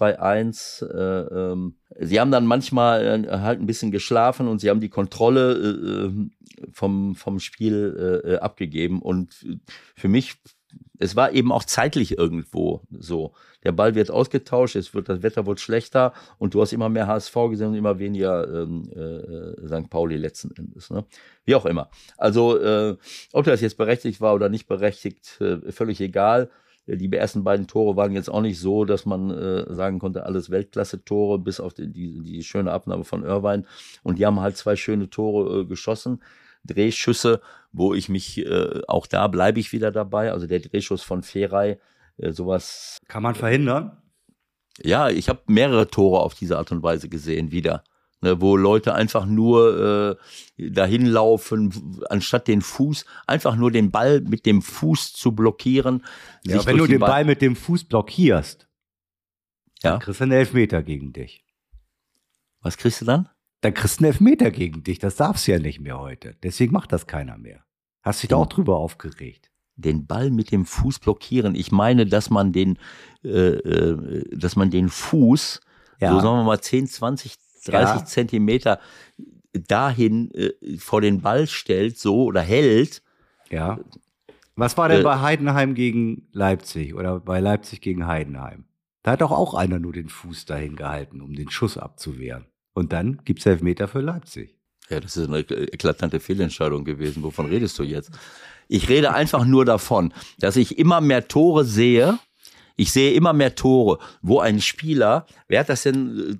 2-1. Sie haben dann manchmal halt ein bisschen geschlafen und sie haben die Kontrolle vom Spiel abgegeben. Und für mich, es war eben auch zeitlich irgendwo so. Der Ball wird ausgetauscht, das Wetter wird schlechter und du hast immer mehr HSV gesehen und immer weniger St. Pauli letzten Endes. Ne? Wie auch immer. Also, ob das jetzt berechtigt war oder nicht berechtigt, völlig egal. Die ersten beiden Tore waren jetzt auch nicht so, dass man sagen konnte, alles Weltklasse-Tore, bis auf die schöne Abnahme von Irvine. Und die haben halt 2 schöne Tore geschossen. Drehschüsse, wo ich mich, auch da bleibe ich wieder dabei. Also der Drehschuss von Feray, sowas. Kann man verhindern? Ja, ich habe mehrere Tore auf diese Art und Weise gesehen wieder. Ne, wo Leute einfach nur dahin laufen, anstatt einfach nur den Ball mit dem Fuß zu blockieren. Ja, wenn du den Ball mit dem Fuß blockierst, dann kriegst du einen Elfmeter gegen dich. Was kriegst du dann? Dann kriegst du einen Elfmeter gegen dich. Das darfst du ja nicht mehr heute. Deswegen macht das keiner mehr. Hast dich da auch drüber aufgeregt? Den Ball mit dem Fuß blockieren. Ich meine, dass man den Fuß, so sagen wir mal 10, 20, 30 Zentimeter dahin vor den Ball stellt, so oder hält. Ja. Was war denn bei Heidenheim gegen Leipzig oder bei Leipzig gegen Heidenheim? Da hat doch auch einer nur den Fuß dahin gehalten, um den Schuss abzuwehren. Und dann gibt's Elfmeter für Leipzig. Ja, das ist eine eklatante Fehlentscheidung gewesen. Wovon redest du jetzt? Ich rede einfach nur davon, dass ich immer mehr Tore sehe. Ich sehe immer mehr Tore, wo ein Spieler, wer hat das denn,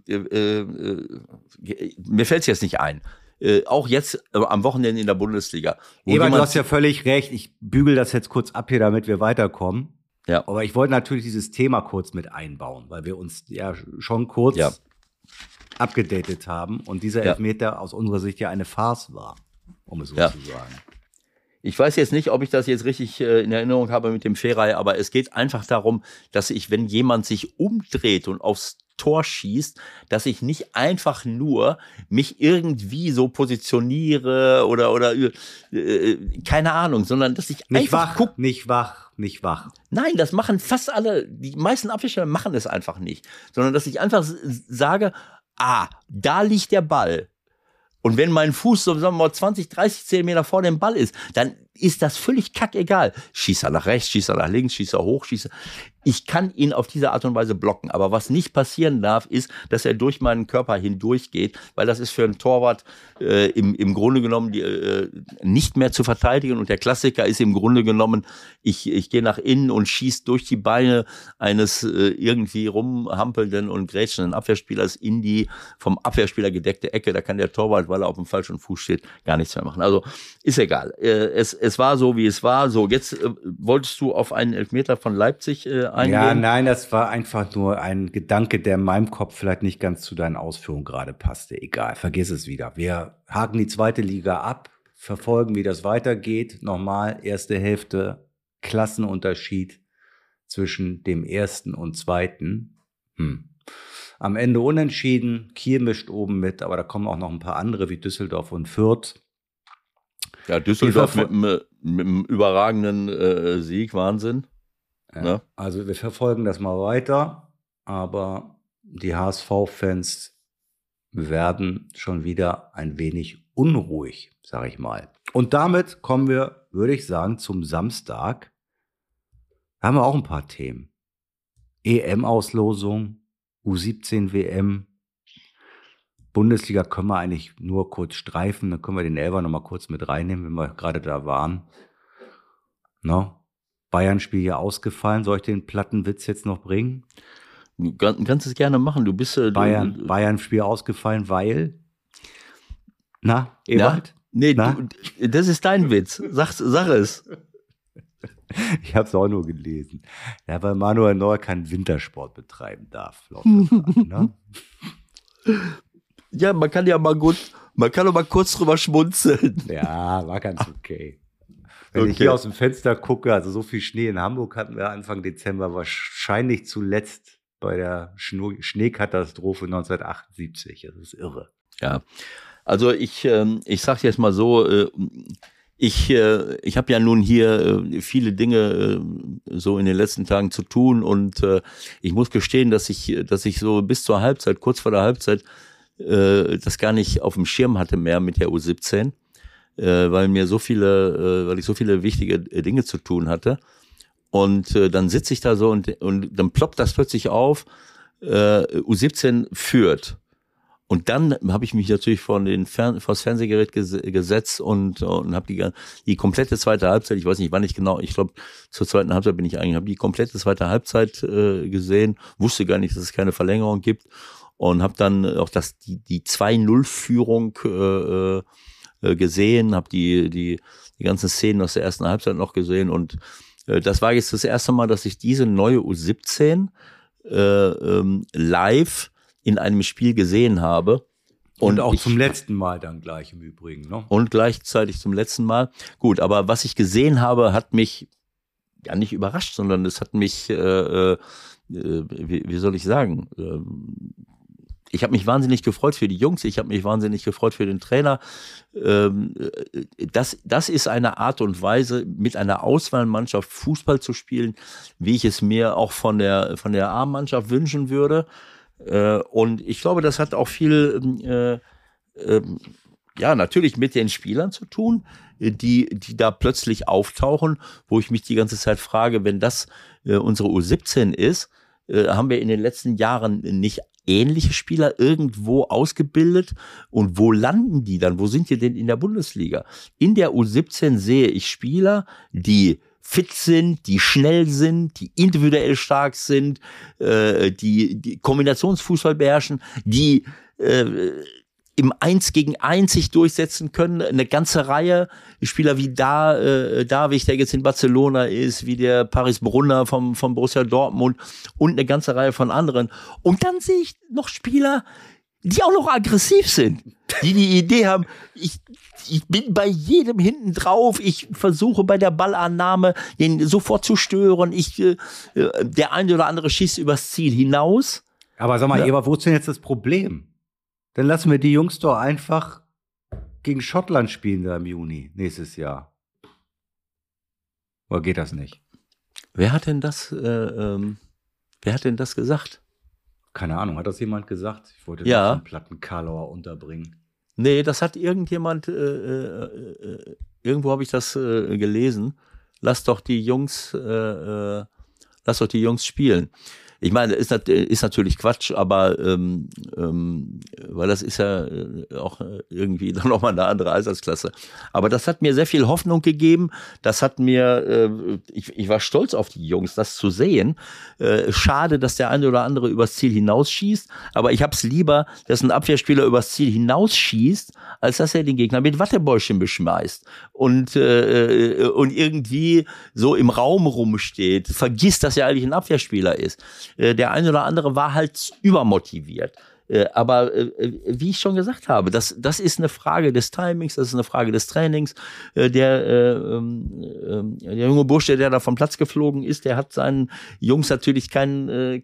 mir fällt es jetzt nicht ein, auch jetzt am Wochenende in der Bundesliga. Eber, du hast ja völlig recht, ich bügel das jetzt kurz ab hier, damit wir weiterkommen. Ja. Aber ich wollte natürlich dieses Thema kurz mit einbauen, weil wir uns ja schon kurz abgedatet haben und dieser Elfmeter aus unserer Sicht ja eine Farce war, um es so zu sagen. Ich weiß jetzt nicht, ob ich das jetzt richtig in Erinnerung habe mit dem Feray, aber es geht einfach darum, dass wenn jemand sich umdreht und aufs Tor schießt, dass ich nicht einfach nur mich irgendwie so positioniere oder keine Ahnung, sondern dass ich nicht einfach gucke. Nicht wach. Nein, das machen fast alle, die meisten Abwehrspieler machen es einfach nicht, sondern dass ich einfach sage, da liegt der Ball. Und wenn mein Fuß so, sagen wir mal, 20, 30 Zentimeter vor dem Ball ist, dann ist das völlig kackegal. Schießt er nach rechts, schießt er nach links, schießt er hoch, ich kann ihn auf diese Art und Weise blocken. Aber was nicht passieren darf, ist, dass er durch meinen Körper hindurchgeht, weil das ist für einen Torwart im Grunde genommen nicht mehr zu verteidigen. Und der Klassiker ist im Grunde genommen, ich gehe nach innen und schieße durch die Beine eines irgendwie rumhampelnden und grätschenden Abwehrspielers in die vom Abwehrspieler gedeckte Ecke. Da kann der Torwart, weil er auf dem falschen Fuß steht, gar nichts mehr machen. Also ist egal. Es war so, wie es war. So, jetzt wolltest du auf einen Elfmeter von Leipzig eingehen? Ja, nein, das war einfach nur ein Gedanke, der in meinem Kopf vielleicht nicht ganz zu deinen Ausführungen gerade passte. Egal, vergiss es wieder. Wir haken die zweite Liga ab, verfolgen, wie das weitergeht. Nochmal, erste Hälfte, Klassenunterschied zwischen dem ersten und zweiten. Am Ende unentschieden, Kiel mischt oben mit, aber da kommen auch noch ein paar andere wie Düsseldorf und Fürth. Ja, Düsseldorf mit einem überragenden Sieg, Wahnsinn. Ja, also wir verfolgen das mal weiter, aber die HSV-Fans werden schon wieder ein wenig unruhig, sag ich mal. Und damit kommen wir, würde ich sagen, zum Samstag. Da haben wir auch ein paar Themen. EM-Auslosung, U17-WM, Bundesliga können wir eigentlich nur kurz streifen, dann können wir den Elfer nochmal kurz mit reinnehmen, wenn wir gerade da waren. No? Bayern-Spiel ja ausgefallen. Soll ich den platten Witz jetzt noch bringen? Du kannst es gerne machen. Du bist Bayern-Spiel ausgefallen, weil? Na, Ewald? Nee, das ist dein Witz. Sag es. Ich habe es auch nur gelesen. Ja, weil Manuel Neuer keinen Wintersport betreiben darf. Laut Vertrag, ne? Ja, man kann doch mal kurz drüber schmunzeln. Ja, war ganz okay. Wenn ich hier aus dem Fenster gucke, also so viel Schnee in Hamburg hatten wir Anfang Dezember, wahrscheinlich zuletzt bei der Schneekatastrophe 1978. Das ist irre. Ja, also ich sag jetzt mal so, ich habe ja nun hier viele Dinge so in den letzten Tagen zu tun und ich muss gestehen, dass ich so bis zur Halbzeit, kurz vor der Halbzeit, das gar nicht auf dem Schirm hatte mehr mit der U17, weil ich so viele wichtige Dinge zu tun hatte. Und dann sitze ich da so und dann ploppt das plötzlich auf, U17 führt. Und dann habe ich mich natürlich vor das Fernsehgerät gesetzt und habe die komplette zweite Halbzeit, ich weiß nicht wann ich genau, ich glaube zur zweiten Halbzeit habe die komplette zweite Halbzeit gesehen, wusste gar nicht, dass es keine Verlängerung gibt und habe dann auch die 2-0-Führung gesehen, habe die ganzen Szenen aus der ersten Halbzeit noch gesehen und das war jetzt das erste Mal, dass ich diese neue U17 live in einem Spiel gesehen habe. Und auch zum letzten Mal dann gleich im Übrigen, ne? Und gleichzeitig zum letzten Mal. Gut, aber was ich gesehen habe, hat mich ja nicht überrascht, sondern es hat mich, wie soll ich sagen, ich habe mich wahnsinnig gefreut für die Jungs, ich habe mich wahnsinnig gefreut für den Trainer. Das ist eine Art und Weise, mit einer Auswahlmannschaft Fußball zu spielen, wie ich es mir auch von der A-Mannschaft wünschen würde. Und ich glaube, das hat auch viel, natürlich mit den Spielern zu tun, die da plötzlich auftauchen, wo ich mich die ganze Zeit frage, wenn das unsere U17 ist, haben wir in den letzten Jahren nicht ähnliche Spieler irgendwo ausgebildet und wo landen die dann? Wo sind die denn in der Bundesliga? In der U17 sehe ich Spieler, die fit sind, die schnell sind, die individuell stark sind, die Kombinationsfußball beherrschen, die im 1 gegen 1 sich durchsetzen können. Eine ganze Reihe Spieler wie David, der jetzt in Barcelona ist, wie der Paris Brunner vom Borussia Dortmund und eine ganze Reihe von anderen. Und dann sehe ich noch Spieler, die auch noch aggressiv sind, die Idee haben, ich bin bei jedem hinten drauf, ich versuche bei der Ballannahme den sofort zu stören, der eine oder andere schießt übers Ziel hinaus. Aber sag mal, Eva, wo ist denn jetzt das Problem? Dann lassen wir die Jungs doch einfach gegen Schottland spielen da im Juni nächstes Jahr. Oder geht das nicht? Wer hat denn das gesagt? Keine Ahnung, hat das jemand gesagt? Ich wollte das einen platten Karlauer unterbringen. Nee, das hat irgendjemand, irgendwo habe ich das gelesen. Lass doch die Jungs spielen. Ich meine, ist natürlich Quatsch, aber weil das ist ja auch irgendwie dann nochmal eine andere Altersklasse. Aber das hat mir sehr viel Hoffnung gegeben. Das hat mir, ich war stolz auf die Jungs, das zu sehen. Schade, dass der eine oder andere übers Ziel hinausschießt, aber ich hab's lieber, dass ein Abwehrspieler übers Ziel hinausschießt, als dass er den Gegner mit Wattebäuschen beschmeißt und irgendwie so im Raum rumsteht, vergisst, dass er eigentlich ein Abwehrspieler ist. Der eine oder andere war halt übermotiviert. Aber wie ich schon gesagt habe, das ist eine Frage des Timings, das ist eine Frage des Trainings. Der junge Bursche, der da vom Platz geflogen ist, der hat seinen Jungs natürlich keinen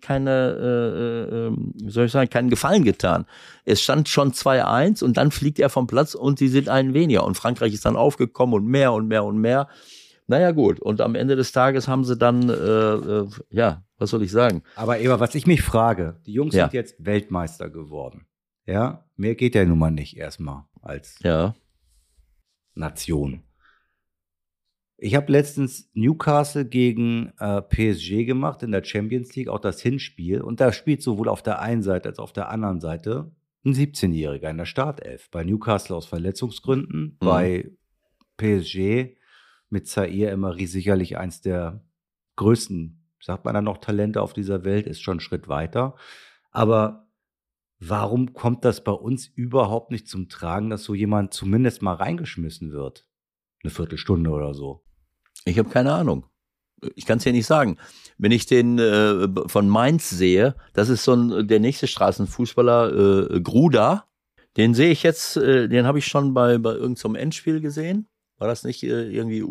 Gefallen getan. Es stand schon 2-1 und dann fliegt er vom Platz und sie sind einen weniger. Und Frankreich ist dann aufgekommen und mehr und mehr und mehr. Naja gut, und am Ende des Tages haben sie dann, was soll ich sagen? Aber Eva, was ich mich frage, die Jungs sind jetzt Weltmeister geworden. Ja, mehr geht ja nun mal nicht erstmal als Nation. Ich habe letztens Newcastle gegen PSG gemacht in der Champions League, auch das Hinspiel. Und da spielt sowohl auf der einen Seite als auch auf der anderen Seite ein 17-Jähriger in der Startelf. Bei Newcastle aus Verletzungsgründen, bei PSG mit Zaire Emery sicherlich eins der größten sagt man dann noch Talente auf dieser Welt, ist schon ein Schritt weiter. Aber warum kommt das bei uns überhaupt nicht zum Tragen, dass so jemand zumindest mal reingeschmissen wird? Eine Viertelstunde oder so. Ich habe keine Ahnung. Ich kann es ja nicht sagen. Wenn ich den von Mainz sehe, das ist der nächste Straßenfußballer, Gruda. Den sehe ich jetzt, den habe ich schon bei irgendeinem Endspiel gesehen. War das nicht irgendwie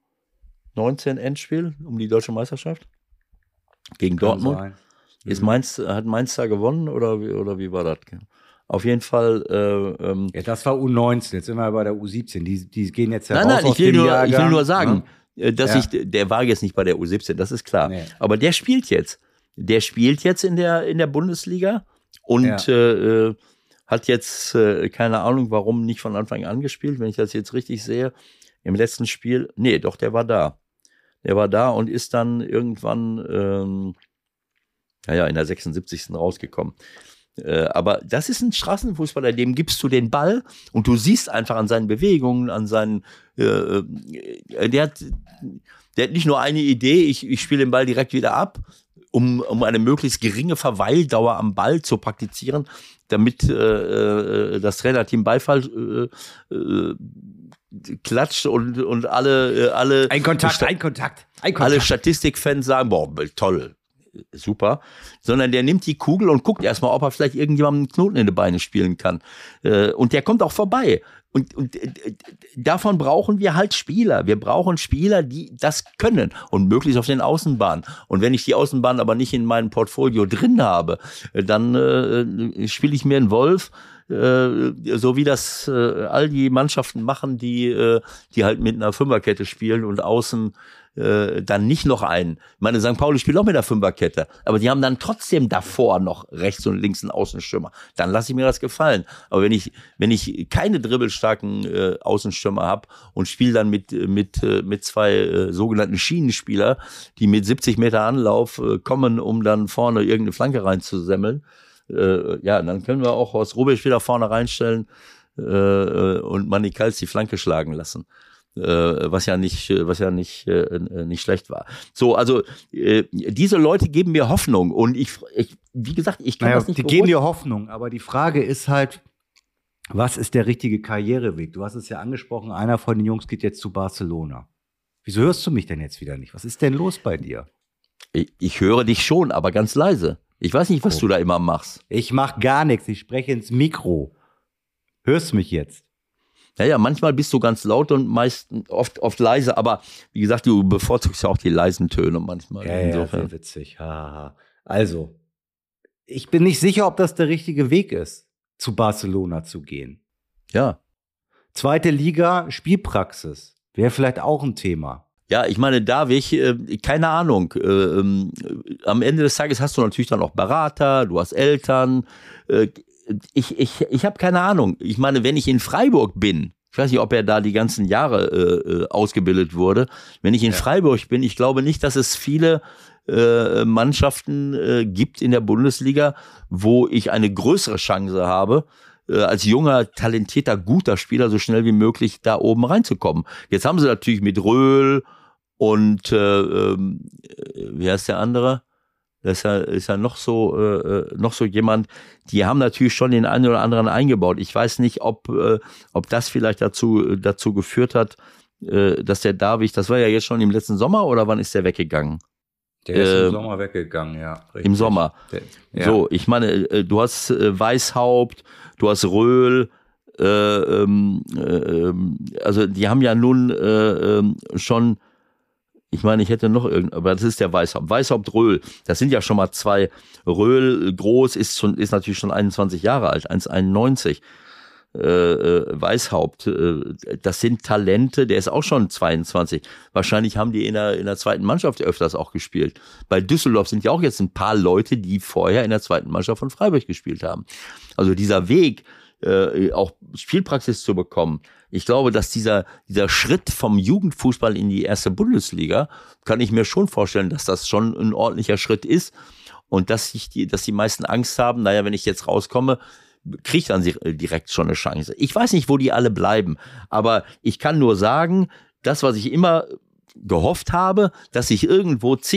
U19 Endspiel um die deutsche Meisterschaft? Gegen Dortmund? Hat Mainz da gewonnen oder wie war das? Auf jeden Fall. Ja, das war U19, jetzt sind wir bei der U17. Die gehen jetzt ja Nein, raus aus dem Jahrgang. Ich will nur sagen, der war jetzt nicht bei der U17, das ist klar. Nee. Aber der spielt jetzt. Der spielt jetzt in der Bundesliga und hat jetzt, keine Ahnung, warum nicht von Anfang an gespielt, wenn ich das jetzt richtig sehe. Im letzten Spiel, nee, doch, der war da. Der war da und ist dann irgendwann, in der 76. rausgekommen. Aber das ist ein Straßenfußballer, dem gibst du den Ball und du siehst einfach an seinen Bewegungen, an seinen, der hat nicht nur eine Idee, ich spiele den Ball direkt wieder ab, um eine möglichst geringe Verweildauer am Ball zu praktizieren, damit das Trainerteam Beifall klatscht und alle Ein Kontakt. Alle Statistikfans sagen, boah, toll, super, sondern der nimmt die Kugel und guckt erstmal, ob er vielleicht irgendjemandem einen Knoten in die Beine spielen kann. Und der kommt auch vorbei. Und davon brauchen wir halt Spieler. Wir brauchen Spieler, die das können und möglichst auf den Außenbahnen. Und wenn ich die Außenbahn aber nicht in meinem Portfolio drin habe, dann spiele ich mir einen Wolf, so wie das all die Mannschaften machen, die halt mit einer Fünferkette spielen und außen dann nicht noch einen. Ich meine, St. Pauli spielt auch mit einer Fünferkette, aber die haben dann trotzdem davor noch rechts und links einen Außenstürmer. Dann lasse ich mir das gefallen. Aber wenn ich keine dribbelstarken Außenstürmer habe und spiele dann mit zwei sogenannten Schienenspieler, die mit 70 Meter Anlauf kommen, um dann vorne irgendeine Flanke reinzusemmeln, dann können wir auch Horst Rubisch wieder vorne reinstellen und Manny Kals die Flanke schlagen lassen. Was ja nicht schlecht war. So, also diese Leute geben mir Hoffnung und wie gesagt, ich kann das nicht. Die geben dir Hoffnung, aber die Frage ist halt, was ist der richtige Karriereweg? Du hast es ja angesprochen, einer von den Jungs geht jetzt zu Barcelona. Wieso hörst du mich denn jetzt wieder nicht? Was ist denn los bei dir? Ich höre dich schon, aber ganz leise. Ich weiß nicht, was du da immer machst. Ich mach gar nichts, ich spreche ins Mikro. Hörst du mich jetzt? Ja, manchmal bist du ganz laut und oft leise, aber wie gesagt, du bevorzugst ja auch die leisen Töne manchmal. Ja, sehr witzig. Also, ich bin nicht sicher, ob das der richtige Weg ist, zu Barcelona zu gehen. Ja. Zweite Liga, Spielpraxis, wäre vielleicht auch ein Thema. Ja, ich meine, keine Ahnung. Am Ende des Tages hast du natürlich dann auch Berater, du hast Eltern. Ich habe keine Ahnung. Ich meine, wenn ich in Freiburg bin, ich weiß nicht, ob er da die ganzen Jahre ausgebildet wurde, wenn ich in Freiburg bin, ich glaube nicht, dass es viele Mannschaften gibt in der Bundesliga, wo ich eine größere Chance habe, als junger, talentierter, guter Spieler so schnell wie möglich da oben reinzukommen. Jetzt haben sie natürlich mit Röhl und wie heißt der andere? Das ist ja noch so jemand, die haben natürlich schon den einen oder anderen eingebaut. Ich weiß nicht, ob das vielleicht dazu geführt hat, dass der David, das war ja jetzt schon im letzten Sommer, oder wann ist der weggegangen? Der ist im Sommer weggegangen, ja. Richtig. Im Sommer. So, ich meine, du hast Weishaupt, du hast Röhl, also die haben ja nun schon. Ich meine, ich hätte noch aber das ist der Weishaupt. Weishaupt, Röhl, das sind ja schon mal zwei. Röhl, groß, ist natürlich schon 21 Jahre alt, 1,91. Weishaupt, das sind Talente, der ist auch schon 22. Wahrscheinlich haben die in der zweiten Mannschaft öfters auch gespielt. Bei Düsseldorf sind ja auch jetzt ein paar Leute, die vorher in der zweiten Mannschaft von Freiburg gespielt haben. Also dieser Weg, auch Spielpraxis zu bekommen. Ich glaube, dass dieser Schritt vom Jugendfußball in die erste Bundesliga, kann ich mir schon vorstellen, dass das schon ein ordentlicher Schritt ist und dass die meisten Angst haben, naja, wenn ich jetzt rauskomme, kriege ich dann direkt schon eine Chance. Ich weiß nicht, wo die alle bleiben, aber ich kann nur sagen, das, was ich immer gehofft habe, dass sich irgendwo zig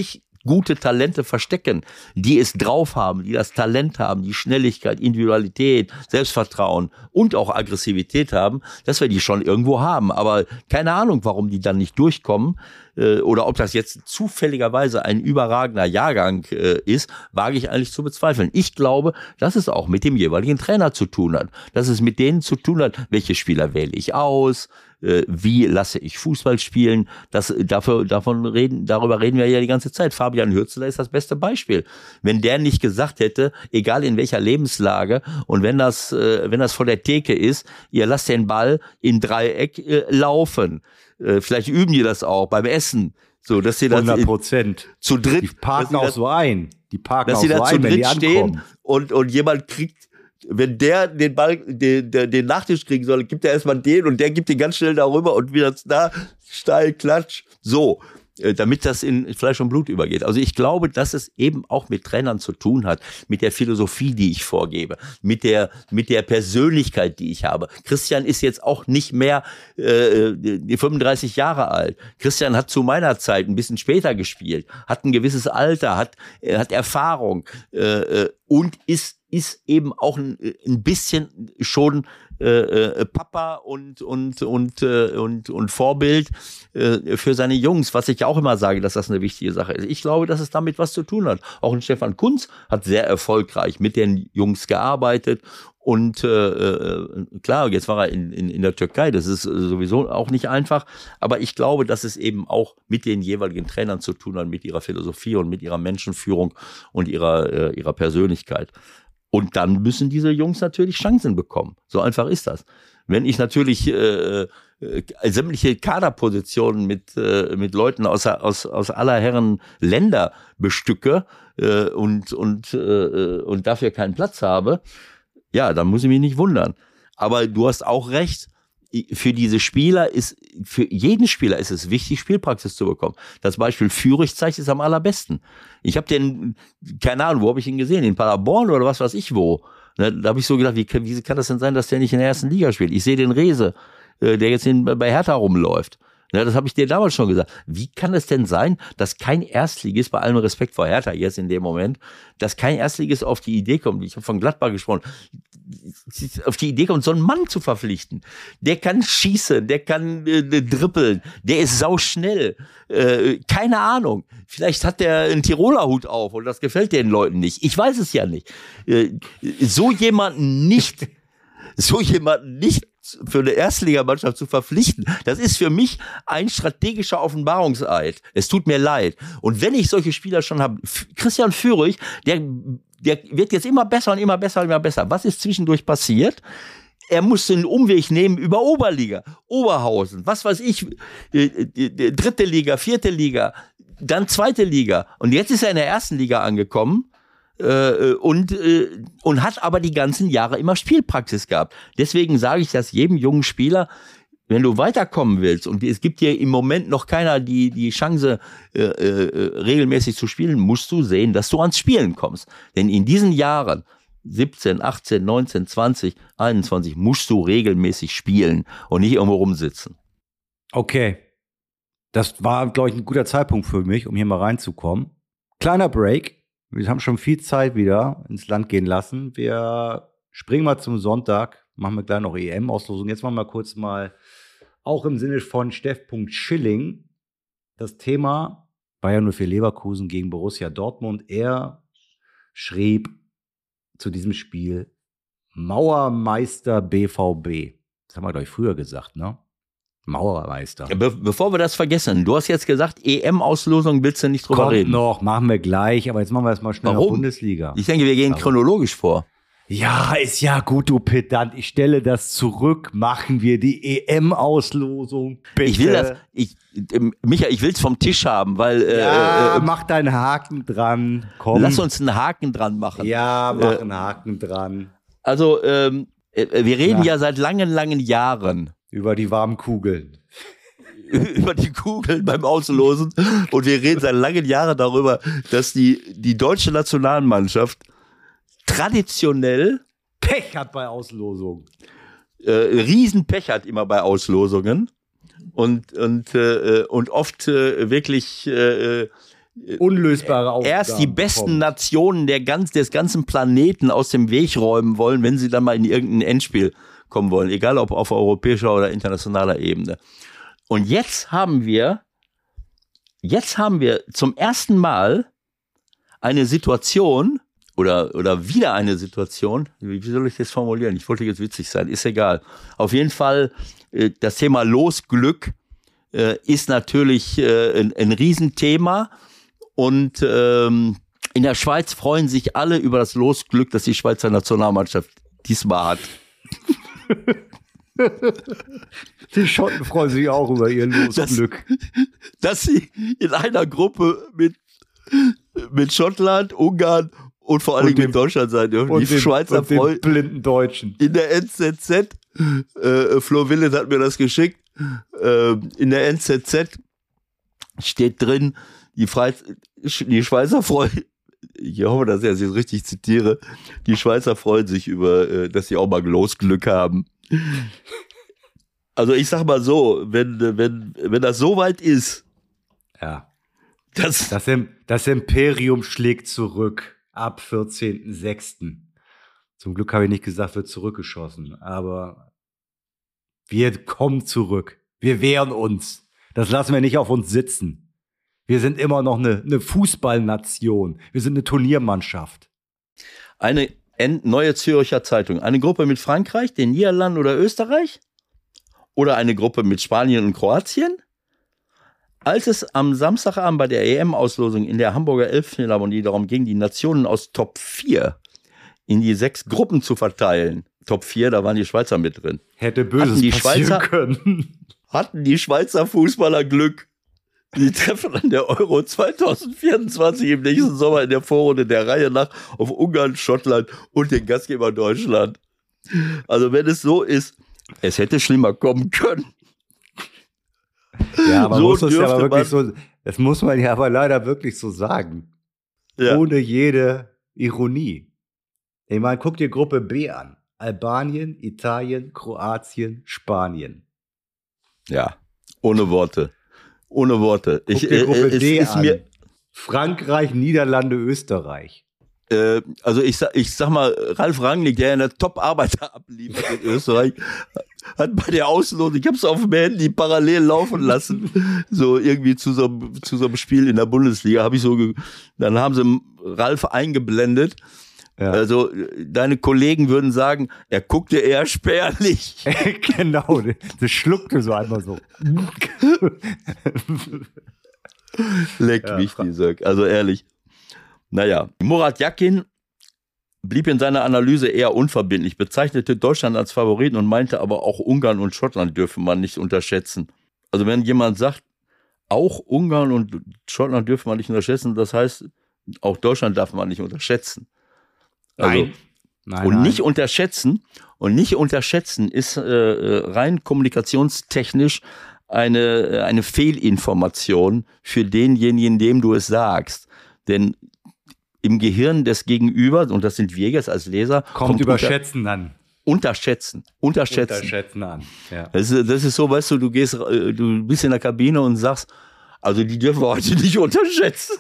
gute Talente verstecken, die es drauf haben, die das Talent haben, die Schnelligkeit, Individualität, Selbstvertrauen und auch Aggressivität haben, dass wir die schon irgendwo haben. Aber keine Ahnung, warum die dann nicht durchkommen. Oder ob das jetzt zufälligerweise ein überragender Jahrgang ist, wage ich eigentlich zu bezweifeln. Ich glaube, dass es auch mit dem jeweiligen Trainer zu tun hat. Dass es mit denen zu tun hat, welche Spieler wähle ich aus, wie lasse ich Fußball spielen. Darüber reden wir ja die ganze Zeit. Fabian Hürzeler ist das beste Beispiel. Wenn der nicht gesagt hätte, egal in welcher Lebenslage, und wenn das vor der Theke ist, ihr lasst den Ball in Dreieck laufen. Vielleicht üben die das auch beim Essen, so dass sie dann 100%. Zu dritt, die parken auch so ein. Die parken dass auch sie so da ein, zu wenn die dritt stehen ankommen. und jemand kriegt, wenn der den Ball, den Nachtisch kriegen soll, gibt er erstmal den und der gibt den ganz schnell darüber und wieder da steil, klatsch, so. Damit das in Fleisch und Blut übergeht. Also ich glaube, dass es eben auch mit Trainern zu tun hat, mit der Philosophie, die ich vorgebe, mit der Persönlichkeit, die ich habe. Christian ist jetzt auch nicht mehr 35 Jahre alt. Christian hat zu meiner Zeit ein bisschen später gespielt, hat ein gewisses Alter, hat Erfahrung und ist eben auch ein bisschen schon Papa und Vorbild für seine Jungs, was ich ja auch immer sage, dass das eine wichtige Sache ist. Ich glaube, dass es damit was zu tun hat. Auch ein Stefan Kuntz hat sehr erfolgreich mit den Jungs gearbeitet und klar, jetzt war er in der Türkei, das ist sowieso auch nicht einfach, aber ich glaube, dass es eben auch mit den jeweiligen Trainern zu tun hat, mit ihrer Philosophie und mit ihrer Menschenführung und ihrer Persönlichkeit. Und dann müssen diese Jungs natürlich Chancen bekommen. So einfach ist das. Wenn ich natürlich sämtliche Kaderpositionen mit Leuten aus aller Herren Länder bestücke und dafür keinen Platz habe, ja, dann muss ich mich nicht wundern. Aber du hast auch recht. Für jeden Spieler ist es wichtig, Spielpraxis zu bekommen. Das Beispiel Führig zeigt es am allerbesten. Ich habe den, keine Ahnung, wo habe ich ihn gesehen? In Paderborn oder was weiß ich wo. Da habe ich so gedacht, wie kann das denn sein, dass der nicht in der ersten Liga spielt? Ich sehe den Rehse, der jetzt bei Hertha rumläuft. Ja, das habe ich dir damals schon gesagt. Wie kann es denn sein, dass kein Erstligist, bei allem Respekt vor Hertha jetzt in dem Moment, dass kein Erstligist auf die Idee kommt, ich habe von Gladbach gesprochen, auf die Idee kommt, so einen Mann zu verpflichten. Der kann schießen, der kann dribbeln, der ist sauschnell. Keine Ahnung. Vielleicht hat der einen Tiroler Hut auf und das gefällt den Leuten nicht. Ich weiß es ja nicht. So jemanden nicht für eine Erstligamannschaft zu verpflichten, das ist für mich ein strategischer Offenbarungseid. Es tut mir leid. Und wenn ich solche Spieler schon habe, Christian Führig, der wird jetzt immer besser und immer besser und immer besser. Was ist zwischendurch passiert? Er musste einen Umweg nehmen über Oberliga, Oberhausen, was weiß ich, dritte Liga, vierte Liga, dann zweite Liga. Und jetzt ist er in der ersten Liga angekommen. Und hat aber die ganzen Jahre immer Spielpraxis gehabt. Deswegen sage ich das jedem jungen Spieler, wenn du weiterkommen willst und es gibt dir im Moment noch keiner die Chance, regelmäßig zu spielen, musst du sehen, dass du ans Spielen kommst. Denn in diesen Jahren, 17, 18, 19, 20, 21, musst du regelmäßig spielen und nicht irgendwo rumsitzen. Okay. Das war, glaube ich, ein guter Zeitpunkt für mich, um hier mal reinzukommen. Kleiner Break. Wir haben schon viel Zeit wieder ins Land gehen lassen. Wir springen mal zum Sonntag, machen wir gleich noch EM-Auslosung. Jetzt machen wir kurz mal, auch im Sinne von Steff. Schilling, das Thema Bayern 04 Leverkusen gegen Borussia Dortmund. Er schrieb zu diesem Spiel Mauermeister BVB. Das haben wir, glaube ich, früher gesagt, ne? Mauermeister. Ja, bevor wir das vergessen, du hast jetzt gesagt, EM-Auslosung willst du nicht drüber reden. Noch, machen wir gleich, aber jetzt machen wir erstmal schnell auf Bundesliga. Ich denke, wir gehen chronologisch vor. Ja, ist ja gut, du Pedant. Ich stelle das zurück. Machen wir die EM-Auslosung, bitte. Ich will das, Micha, ich will's vom Tisch haben, weil mach deinen Haken dran. Komm. Lass uns einen Haken dran machen. Ja, mach einen Haken dran. Also, wir reden ja seit langen, langen Jahren über die warmen Kugeln. Über die Kugeln beim Auslosen. Und wir reden seit langen Jahren darüber, dass die deutsche Nationalmannschaft traditionell Pech hat bei Auslosungen. Riesenpech hat immer bei Auslosungen. Und oft wirklich unlösbare Aufgaben erst die besten bekommt. Nationen des ganzen Planeten aus dem Weg räumen wollen, wenn sie dann mal in irgendein Endspiel kommen wollen, egal ob auf europäischer oder internationaler Ebene. Und jetzt haben wir zum ersten Mal eine Situation oder wieder eine Situation, wie soll ich das formulieren? Ich wollte jetzt witzig sein, ist egal. Auf jeden Fall, das Thema Losglück ist natürlich ein Riesenthema und in der Schweiz freuen sich alle über das Losglück, das die Schweizer Nationalmannschaft diesmal hat. Die Schotten freuen sich auch über ihr Losglück. Dass sie in einer Gruppe mit Schottland, Ungarn und vor allem mit Deutschland sein dürfen. Die Schweizer freuen blinden Deutschen. in der NZZ, Flo Willet hat mir das geschickt, in der NZZ steht drin, die Schweizer freuen, ich hoffe, dass ich das jetzt richtig zitiere, die Schweizer freuen sich über, dass sie auch mal Losglück haben. Also ich sag mal so, wenn das so weit ist, ja, das Imperium schlägt zurück ab 14.06. Zum Glück habe ich nicht gesagt, wird zurückgeschossen, aber wir kommen zurück. Wir wehren uns. Das lassen wir nicht auf uns sitzen. Wir sind immer noch eine Fußballnation. Wir sind eine Turniermannschaft. Eine Neue Zürcher Zeitung. Eine Gruppe mit Frankreich, den Niederlanden oder Österreich? Oder eine Gruppe mit Spanien und Kroatien? Als es am Samstagabend bei der EM-Auslosung in der Hamburger Elbphilharmonie darum ging, die Nationen aus Top 4 in die 6 Gruppen zu verteilen, Top 4, da waren die Schweizer mit drin. Hätte Böses passieren können. Hatten die Schweizer Fußballer Glück. Die treffen an der Euro 2024 im nächsten Sommer in der Vorrunde der Reihe nach auf Ungarn, Schottland und den Gastgeber Deutschland. Also wenn es so ist, es hätte schlimmer kommen können. Ja, aber so muss das ja aber wirklich so, das muss man ja aber leider wirklich so sagen. Ja. Ohne jede Ironie. Ich meine, guck dir Gruppe B an. Albanien, Italien, Kroatien, Spanien. Ja, ohne Worte. Ohne Worte. Guck dir Gruppe D an. Frankreich, Niederlande, Österreich. Also ich sag mal, Ralf Rangnick, der eine Top-Arbeiter abliefert in Österreich, hat bei der Auslosung, ich hab's auf dem Handy parallel laufen lassen, so irgendwie zu so einem Spiel in der Bundesliga, dann haben sie Ralf eingeblendet. Ja. Also deine Kollegen würden sagen, er guckte eher spärlich. Genau, das schluckte so einmal so. Leck mich, dieser. Also ehrlich. Naja, Murat Yakin blieb in seiner Analyse eher unverbindlich, bezeichnete Deutschland als Favoriten und meinte aber auch Ungarn und Schottland dürfe man nicht unterschätzen. Also wenn jemand sagt, auch Ungarn und Schottland dürfe man nicht unterschätzen, das heißt, auch Deutschland darf man nicht unterschätzen. Also, nein. Nicht unterschätzen ist rein kommunikationstechnisch eine Fehlinformation für denjenigen, dem du es sagst. Denn im Gehirn des Gegenübers, und das sind wir jetzt als Leser, kommt Überschätzen an. Unterschätzen an. Ja. Das ist so, weißt du, du bist in der Kabine und sagst, also die dürfen wir heute nicht unterschätzen.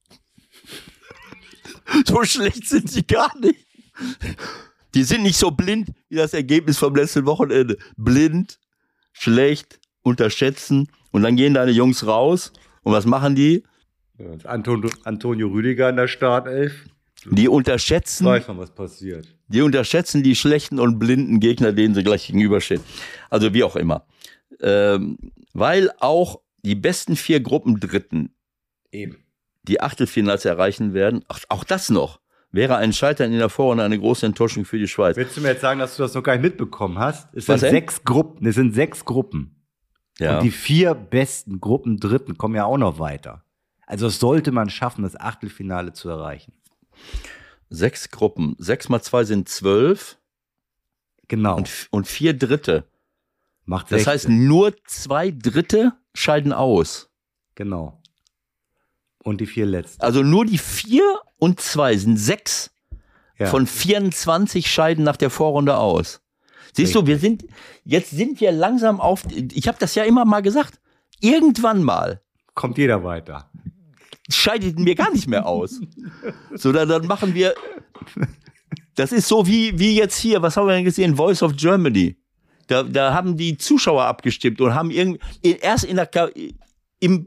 So schlecht sind die gar nicht. Die sind nicht so blind wie das Ergebnis vom letzten Wochenende. Blind, schlecht, unterschätzen. Und dann gehen deine Jungs raus. Und was machen die? Antonio Rüdiger in der Startelf. Die unterschätzen. Weiß man, was passiert. Die unterschätzen die schlechten und blinden Gegner, denen sie gleich gegenüberstehen. Also wie auch immer. Weil auch die besten 4 Gruppendritten eben die Achtelfinals erreichen werden, auch das noch, wäre ein Scheitern in der Vorrunde eine große Enttäuschung für die Schweiz. Willst du mir jetzt sagen, dass du das noch gar nicht mitbekommen hast? Es sind 6 Gruppen. Ja. Und die 4 besten Gruppendritten kommen ja auch noch weiter. Also es sollte man schaffen, das Achtelfinale zu erreichen. 6 Gruppen. 6 mal 2 sind 12. Genau. Und 4 Dritte. Macht 16. Das heißt, nur 2 Dritte scheiden aus. Genau. Und die 4 letzten. Also nur die 4 und 2 sind 6 von 24 scheiden nach der Vorrunde aus. Siehst du, jetzt sind wir langsam ich habe das ja immer mal gesagt, irgendwann mal kommt jeder weiter. scheidet mir gar nicht mehr aus. So, dann machen wir, das ist so wie jetzt hier, was haben wir denn gesehen? Voice of Germany. Da haben die Zuschauer abgestimmt und haben erst im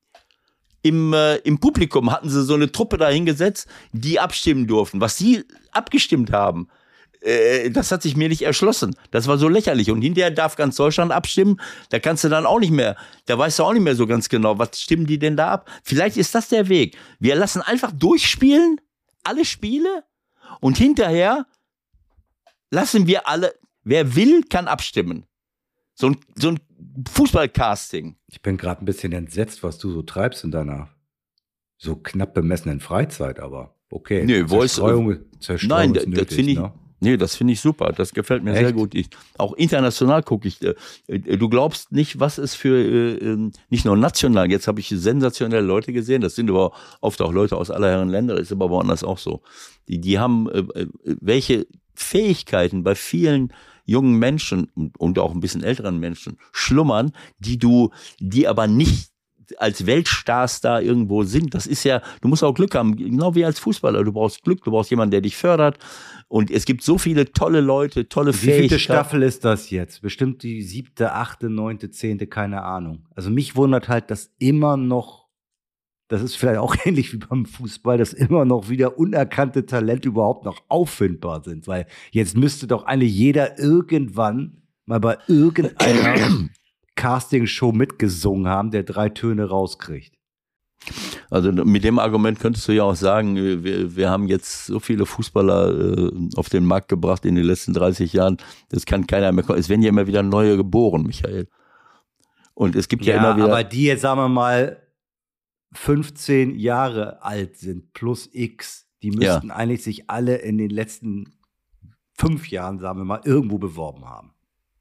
Publikum hatten sie so eine Truppe da hingesetzt, die abstimmen durften. Was sie abgestimmt haben, das hat sich mir nicht erschlossen. Das war so lächerlich. Und hinterher darf ganz Deutschland abstimmen. Da kannst du dann auch nicht mehr, da weißt du auch nicht mehr so ganz genau, was stimmen die denn da ab. Vielleicht ist das der Weg. Wir lassen einfach durchspielen, alle Spiele, und hinterher lassen wir alle, wer will, kann abstimmen. So ein Fußballcasting. Ich bin gerade ein bisschen entsetzt, was du so treibst in deiner so knapp bemessenen Freizeit, aber okay. Nee, Zerstreuung nein, ist nötig, das finde ich, ne? nee, das finde ich super. Das gefällt mir sehr gut. Auch international gucke ich. Du glaubst nicht, was es für, nicht nur national, jetzt habe ich sensationelle Leute gesehen, das sind aber oft auch Leute aus aller Herren Länder, das ist aber woanders auch so. Die haben welche Fähigkeiten bei vielen jungen Menschen und auch ein bisschen älteren Menschen schlummern, die aber nicht als Weltstars da irgendwo sind. Das ist ja, du musst auch Glück haben, genau wie als Fußballer. Du brauchst Glück, du brauchst jemanden, der dich fördert. Und es gibt so viele tolle Leute, tolle Fähigkeiten. Wie viele Staffel ist das jetzt? Bestimmt die 7., 8., 9., 10., keine Ahnung. Also mich wundert halt, dass immer noch, das ist vielleicht auch ähnlich wie beim Fußball, dass immer noch wieder unerkannte Talente überhaupt noch auffindbar sind. Weil jetzt müsste doch eigentlich jeder irgendwann mal bei irgendeiner Castingshow mitgesungen haben, der 3 Töne rauskriegt. Also mit dem Argument könntest du ja auch sagen, wir haben jetzt so viele Fußballer auf den Markt gebracht in den letzten 30 Jahren, das kann keiner mehr kommen. Es werden ja immer wieder neue geboren, Michael. Und es gibt ja immer wieder... aber die jetzt, sagen wir mal, 15 Jahre alt sind, plus X, die müssten eigentlich sich alle in den letzten 5 Jahren, sagen wir mal, irgendwo beworben haben.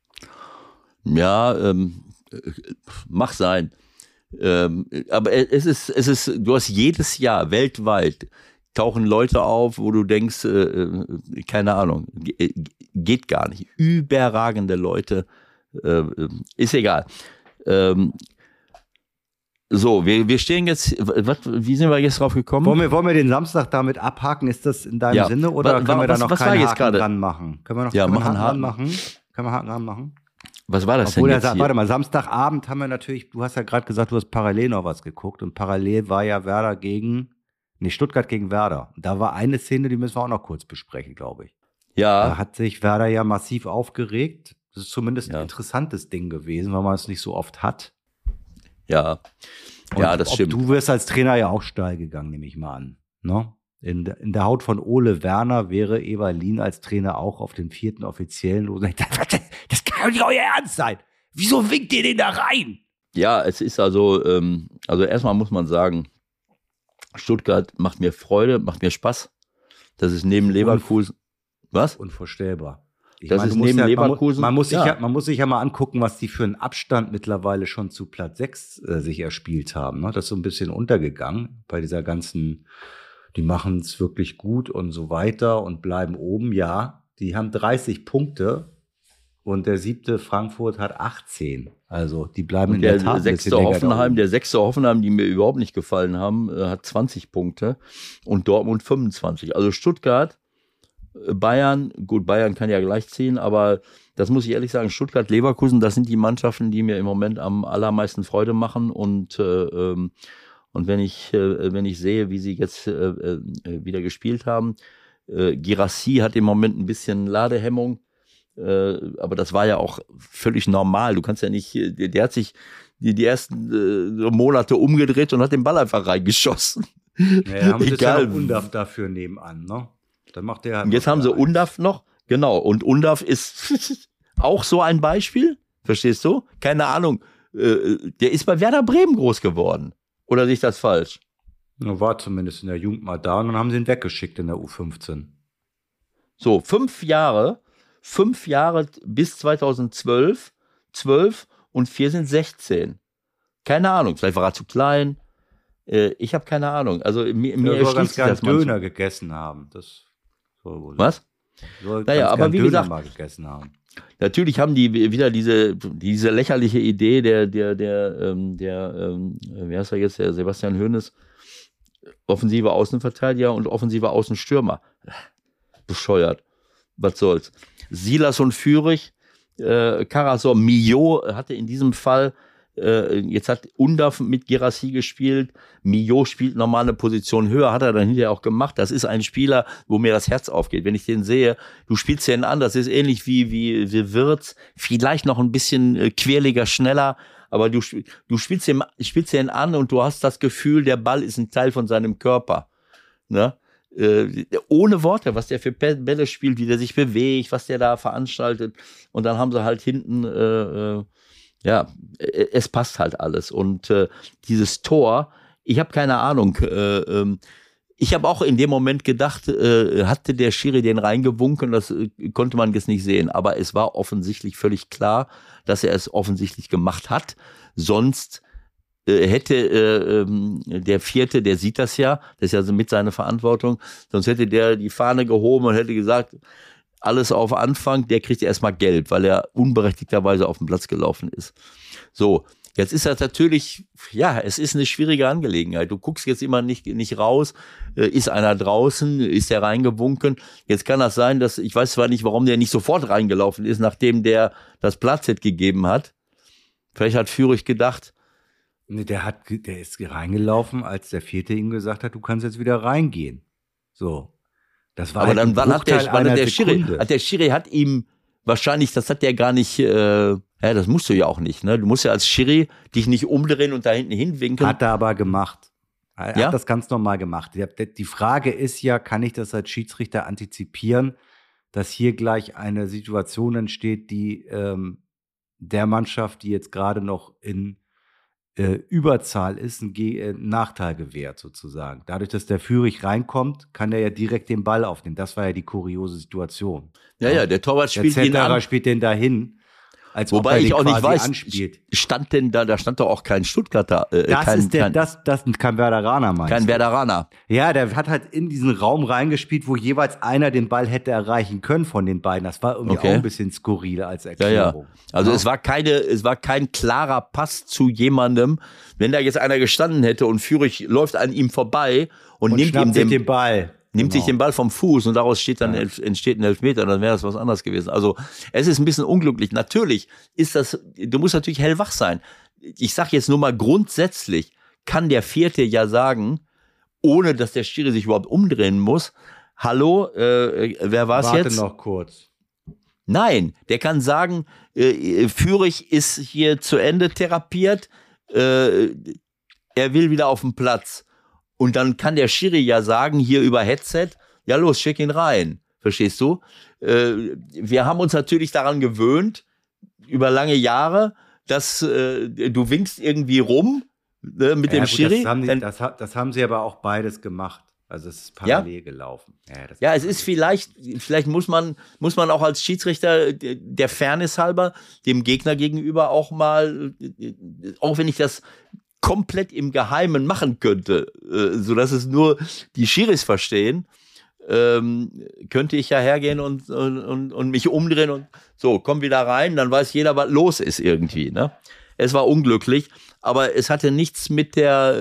Ja, mag sein. Aber es ist, du hast jedes Jahr weltweit tauchen Leute auf, wo du denkst, keine Ahnung, geht gar nicht. Überragende Leute, ist egal. So, wir stehen jetzt, wie sind wir jetzt drauf gekommen? Wollen wir den Samstag damit abhaken? Ist das in deinem Sinne oder können wir da noch keinen Haken dran machen? Können wir noch einen Haken dran machen? Können wir Haken dran machen? Was war das denn jetzt hier? Warte mal, Samstagabend haben wir natürlich, du hast ja gerade gesagt, du hast parallel noch was geguckt und parallel war ja Stuttgart gegen Werder. Da war eine Szene, die müssen wir auch noch kurz besprechen, glaube ich. Ja. Da hat sich Werder ja massiv aufgeregt. Das ist zumindest ein interessantes Ding gewesen, weil man es nicht so oft hat. Ja, das stimmt. Du wirst als Trainer ja auch steil gegangen, nehme ich mal an. Ne? In der Haut von Ole Werner wäre Eberlin als Trainer auch auf den 4. Offiziellen los. Das kann doch nicht euer Ernst sein. Wieso winkt ihr den da rein? Ja, es ist also erstmal muss man sagen, Stuttgart macht mir Freude, macht mir Spaß. Das ist neben Leverkusen. Was? Unvorstellbar. Leverkusen. Man muss sich ja mal angucken, was die für einen Abstand mittlerweile schon zu Platz 6 sich erspielt haben. Ne? Das ist so ein bisschen untergegangen bei dieser ganzen, die machen es wirklich gut und so weiter und bleiben oben. Ja, die haben 30 Punkte und der 7. Frankfurt hat 18. Also die bleiben in der Tat ein bisschen länger. Der 6. Hoffenheim, die mir überhaupt nicht gefallen haben, hat 20 Punkte und Dortmund 25. Also Stuttgart, Bayern kann ja gleich ziehen, aber das muss ich ehrlich sagen, Stuttgart, Leverkusen, das sind die Mannschaften, die mir im Moment am allermeisten Freude machen und wenn ich sehe, wie sie jetzt wieder gespielt haben, Guirassy hat im Moment ein bisschen Ladehemmung, aber das war ja auch völlig normal. Du kannst ja nicht, der hat sich die ersten Monate umgedreht und hat den Ball einfach reingeschossen. Ja, haben egal. Ja Undav dafür nebenan, ne? Dann macht der halt jetzt haben sie Undav noch, genau. Und Undav ist auch so ein Beispiel, verstehst du? Keine Ahnung. Der ist bei Werder Bremen groß geworden. Oder sehe ich das falsch? Er war zumindest in der Jugend mal da und dann haben sie ihn weggeschickt in der U15. So, 5 Jahre bis 2012, 12 und 4 sind 16. Keine Ahnung, vielleicht war er zu klein. Ich habe keine Ahnung. Also mir erschließt sich das manchmal. Döner gegessen haben. Das soll wohl. Was? Naja, aber wie gesagt, mal gegessen haben. Natürlich haben die wieder diese lächerliche Idee der wie heißt er jetzt, der Sebastian Hoeneß, offensive Außenverteidiger und offensive Außenstürmer. Bescheuert. Was soll's. Silas und Führig, Karasor, Millot hatte in diesem Fall, jetzt hat Undav mit Guirassy gespielt, Millot spielt normal eine Position höher, hat er dann hinterher auch gemacht. Das ist ein Spieler, wo mir das Herz aufgeht, wenn ich den sehe. Du spielst den an, das ist ähnlich wie Wirtz, vielleicht noch ein bisschen quirliger, schneller, aber du spielst den an und du hast das Gefühl, der Ball ist ein Teil von seinem Körper. Ne? Ohne Worte, was der für Bälle spielt, wie der sich bewegt, was der da veranstaltet. Und dann haben sie halt hinten, es passt halt alles. Und dieses Tor, ich habe keine Ahnung, ich habe auch in dem Moment gedacht, hatte der Schiri den reingewunken, das konnte man jetzt nicht sehen. Aber es war offensichtlich völlig klar, dass er es offensichtlich gemacht hat. Sonst hätte der Vierte, der sieht das ja so mit seiner Verantwortung, sonst hätte der die Fahne gehoben und hätte gesagt, alles auf Anfang, der kriegt erstmal gelb, weil er unberechtigterweise auf den Platz gelaufen ist. So, jetzt ist das natürlich, es ist eine schwierige Angelegenheit. Du guckst jetzt immer nicht raus, ist einer draußen, ist der reingewunken. Jetzt kann das sein, dass, ich weiß zwar nicht, warum der nicht sofort reingelaufen ist, nachdem der das Platzett gegeben hat. Vielleicht hat Führig gedacht, Nee, der ist reingelaufen, als der Vierte ihm gesagt hat, du kannst jetzt wieder reingehen. So. Das war aber halt dann wann hat der Schiri hat ihm wahrscheinlich, das hat der gar nicht, das musst du ja auch nicht, ne? Du musst ja als Schiri dich nicht umdrehen und da hinten hinwinken. Hat er aber gemacht. Er hat das ganz normal gemacht. Die Frage ist ja, kann ich das als Schiedsrichter antizipieren, dass hier gleich eine Situation entsteht, die der Mannschaft, die jetzt gerade noch in Überzahl ist, ein Nachteil gewährt sozusagen. Dadurch, dass der Führig reinkommt, kann er ja direkt den Ball aufnehmen. Das war ja die kuriose Situation. Ja, der Torwart spielt ihn an. Der Zetterer spielt den dahin. Als wobei ich auch nicht weiß, anspielt. Da stand doch auch kein Stuttgarter. Das ist kein Werderaner, meinst du? Kein Werderaner. Ja, der hat halt in diesen Raum reingespielt, wo jeweils einer den Ball hätte erreichen können von den beiden. Das war irgendwie auch ein bisschen skurril als Erklärung. Ja. Also es war kein klarer Pass zu jemandem. Wenn da jetzt einer gestanden hätte und Führig läuft an ihm vorbei und nimmt ihm den Ball. Nimmt sich den Ball vom Fuß und daraus entsteht ein Elfmeter, dann wäre das was anderes gewesen. Also es ist ein bisschen unglücklich. Natürlich ist das, du musst natürlich hellwach sein. Ich sage jetzt nur mal grundsätzlich, kann der Vierte ja sagen, ohne dass der Schiri sich überhaupt umdrehen muss, hallo, wer war's jetzt? Warte noch kurz. Nein, der kann sagen, Führig ist hier zu Ende therapiert, er will wieder auf den Platz. Und dann kann der Schiri ja sagen, hier über Headset, ja los, schick ihn rein. Verstehst du? Wir haben uns natürlich daran gewöhnt, über lange Jahre, dass du winkst irgendwie rum mit dem Schiri. Das haben sie aber auch beides gemacht. Also es ist parallel gelaufen. Ja, es ist vielleicht muss man auch als Schiedsrichter der Fairness halber dem Gegner gegenüber auch mal, auch wenn ich das komplett im Geheimen machen könnte, sodass es nur die Schiris verstehen, könnte ich ja hergehen und mich umdrehen und so, komm wieder rein, dann weiß jeder, was los ist irgendwie. Ne? Es war unglücklich, aber es hatte nichts mit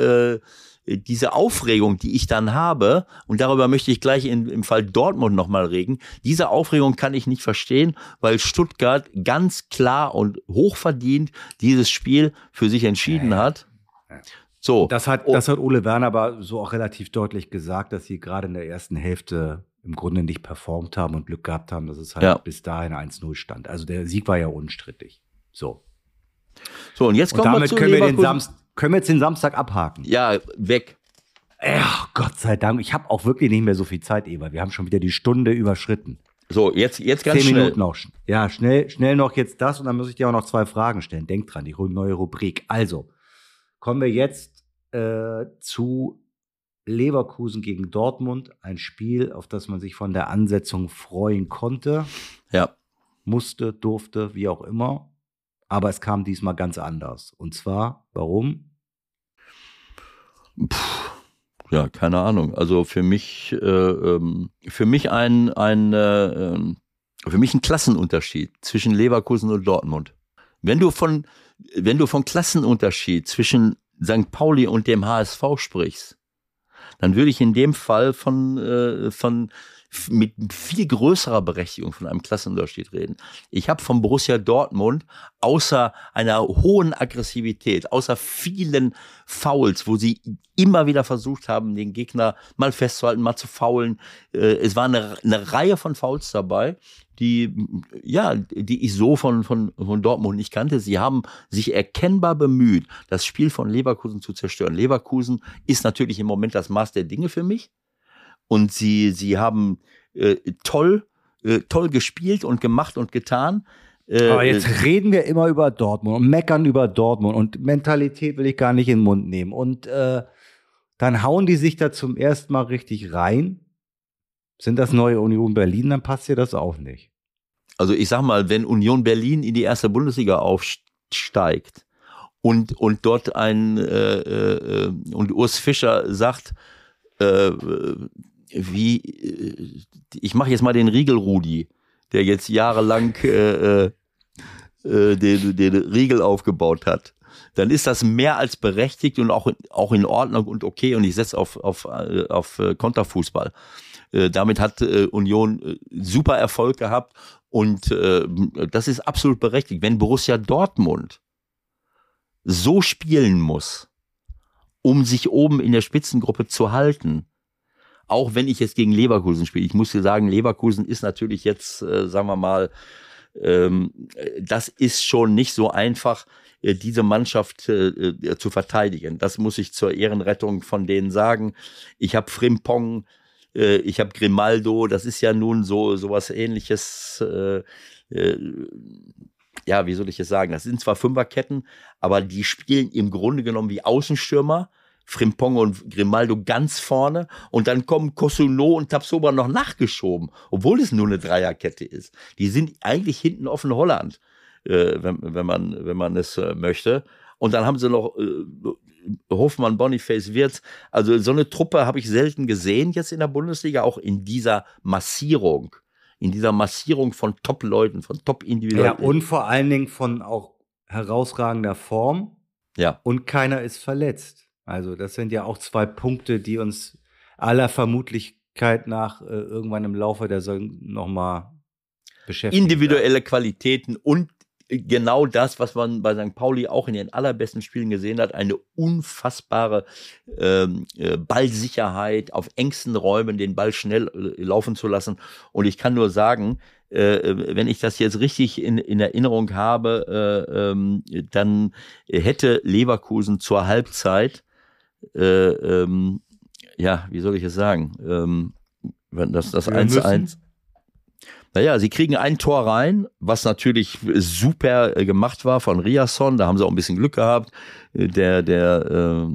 diese Aufregung, die ich dann habe, und darüber möchte ich gleich im Fall Dortmund nochmal reden, diese Aufregung kann ich nicht verstehen, weil Stuttgart ganz klar und hochverdient dieses Spiel für sich entschieden hat. So. Das hat Ole Werner aber so auch relativ deutlich gesagt, dass sie gerade in der ersten Hälfte im Grunde nicht performt haben und Glück gehabt haben, dass es halt bis dahin 1-0 stand. Also der Sieg war ja unstrittig. So, und jetzt kommen wir zu Leverkusen. Können wir jetzt den Samstag abhaken? Ja, weg. Ja, Gott sei Dank. Ich habe auch wirklich nicht mehr so viel Zeit, Eber. Wir haben schon wieder die Stunde überschritten. So, jetzt ganz 10 schnell. Minuten noch. Ja, schnell noch jetzt das und dann muss ich dir auch noch 2 Fragen stellen. Denk dran, die neue Rubrik. Also, kommen wir jetzt zu Leverkusen gegen Dortmund. Ein Spiel, auf das man sich von der Ansetzung freuen konnte. Ja. Musste, durfte, wie auch immer. Aber es kam diesmal ganz anders. Und zwar, warum? Ja, keine Ahnung. Also für mich ein Klassenunterschied zwischen Leverkusen und Dortmund. Wenn du von Klassenunterschied zwischen St. Pauli und dem HSV sprichst, dann würde ich in dem Fall mit viel größerer Berechtigung von einem Klassenunterschied reden. Ich habe von Borussia Dortmund außer einer hohen Aggressivität, außer vielen Fouls, wo sie immer wieder versucht haben, den Gegner mal festzuhalten, mal zu foulen. Es war eine Reihe von Fouls dabei, die ich so von Dortmund nicht kannte. Sie haben sich erkennbar bemüht, das Spiel von Leverkusen zu zerstören. Leverkusen ist natürlich im Moment das Maß der Dinge für mich. Und sie haben toll gespielt und gemacht und getan. Aber jetzt reden wir immer über Dortmund und meckern über Dortmund und Mentalität will ich gar nicht in den Mund nehmen. Und dann hauen die sich da zum ersten Mal richtig rein. Sind das neue Union Berlin, dann passt dir das auch nicht. Also ich sag mal, wenn Union Berlin in die erste Bundesliga aufsteigt und dort und Urs Fischer sagt, ich mache jetzt mal den Riegel-Rudi, der jetzt jahrelang den Riegel aufgebaut hat, dann ist das mehr als berechtigt und auch in Ordnung und okay. Und ich setze auf Konterfußball. Damit hat Union super Erfolg gehabt und das ist absolut berechtigt. Wenn Borussia Dortmund so spielen muss, um sich oben in der Spitzengruppe zu halten, auch wenn ich jetzt gegen Leverkusen spiele. Ich muss dir sagen, Leverkusen ist natürlich jetzt, sagen wir mal, das ist schon nicht so einfach, diese Mannschaft zu verteidigen. Das muss ich zur Ehrenrettung von denen sagen. Ich habe Frimpong, ich habe Grimaldo, das ist ja nun sowas Ähnliches, ja, wie soll ich es sagen? Das sind zwar Fünferketten, aber die spielen im Grunde genommen wie Außenstürmer. Frimpong und Grimaldo ganz vorne und dann kommen Kosuno und Tapsoba noch nachgeschoben, obwohl es nur eine Dreierkette ist. Die sind eigentlich hinten offen Holland, wenn man es möchte. Und dann haben sie noch Hofmann, Boniface, Wirtz. Also so eine Truppe habe ich selten gesehen jetzt in der Bundesliga, auch in dieser Massierung von Top-Leuten, von Top-Individuellen. Ja, und vor allen Dingen von auch herausragender Form. Ja. Und keiner ist verletzt. Also das sind ja auch 2 Punkte, die uns aller Vermutlichkeit nach irgendwann im Laufe der Saison nochmal beschäftigen. Individuelle Qualitäten und genau das, was man bei St. Pauli auch in den allerbesten Spielen gesehen hat, eine unfassbare Ballsicherheit, auf engsten Räumen den Ball schnell laufen zu lassen. Und ich kann nur sagen, wenn ich das jetzt richtig in Erinnerung habe, dann hätte Leverkusen zur Halbzeit wie soll ich es sagen? Das 1:1. Naja, sie kriegen ein Tor rein, was natürlich super gemacht war von Riasson. Da haben sie auch ein bisschen Glück gehabt. Dieser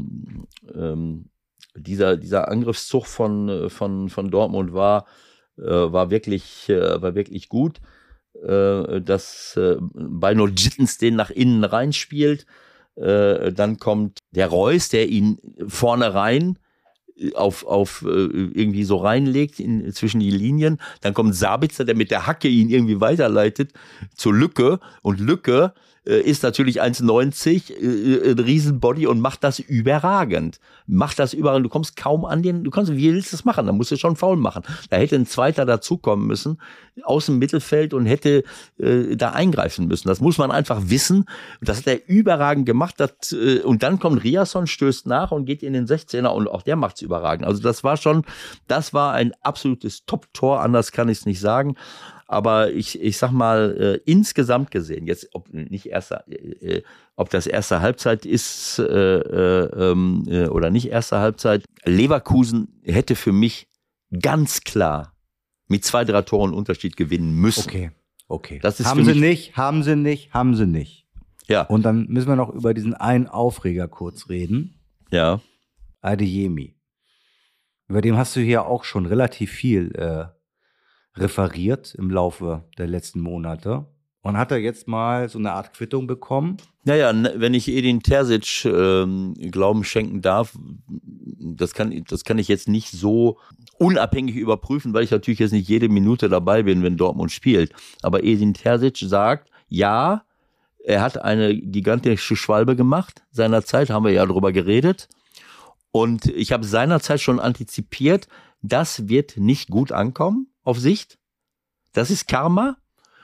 Angriffszug von Dortmund war wirklich gut. Dass Bino Gittens den nach innen reinspielt. Dann kommt der Reus, der ihn vorne rein auf irgendwie so reinlegt zwischen die Linien. Dann kommt Sabitzer, der mit der Hacke ihn irgendwie weiterleitet zur Lücke. Und Lücke ist natürlich 1,90, ein Riesenbody und macht das überragend. Du kommst kaum an wie willst du das machen? Da musst du schon Foul machen. Da hätte ein Zweiter dazukommen müssen, aus dem Mittelfeld und hätte da eingreifen müssen. Das muss man einfach wissen. Das hat er überragend gemacht. Und dann kommt Riasson, stößt nach und geht in den 16er und auch der macht's überragend. Also das war ein absolutes Top-Tor, anders kann ich es nicht sagen. Aber ich sag mal, insgesamt gesehen, jetzt ob das erste Halbzeit ist oder nicht erste Halbzeit, Leverkusen hätte für mich ganz klar mit 2-3 Toren Unterschied gewinnen müssen. Okay. Das ist haben sie nicht. Ja. Und dann müssen wir noch über diesen einen Aufreger kurz reden. Ja. Adeyemi. Über den hast du hier auch schon relativ viel referiert im Laufe der letzten Monate. Und hat er jetzt mal so eine Art Quittung bekommen? Naja, wenn ich Edin Terzic Glauben schenken darf, das kann ich jetzt nicht so unabhängig überprüfen, weil ich natürlich jetzt nicht jede Minute dabei bin, wenn Dortmund spielt. Aber Edin Terzic sagt, ja, er hat eine gigantische Schwalbe gemacht. Seinerzeit haben wir ja drüber geredet. Und ich habe seinerzeit schon antizipiert, das wird nicht gut ankommen auf Sicht. Das ist Karma.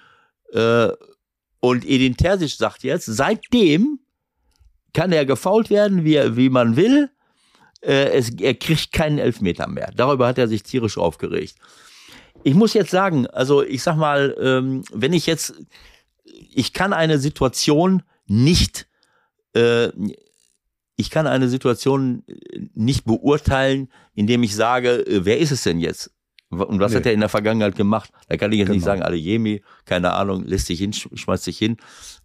Und Edin Terzic sagt jetzt, seitdem kann er gefoult werden, wie man will. Er kriegt keinen Elfmeter mehr. Darüber hat er sich tierisch aufgeregt. Ich muss jetzt sagen, also ich sag mal, wenn ich kann eine Situation nicht beurteilen, indem ich sage, wer ist es denn jetzt? Und was hat er in der Vergangenheit gemacht? Da kann ich jetzt nicht sagen, Adeyemi, keine Ahnung, lässt sich hin, schmeißt sich hin,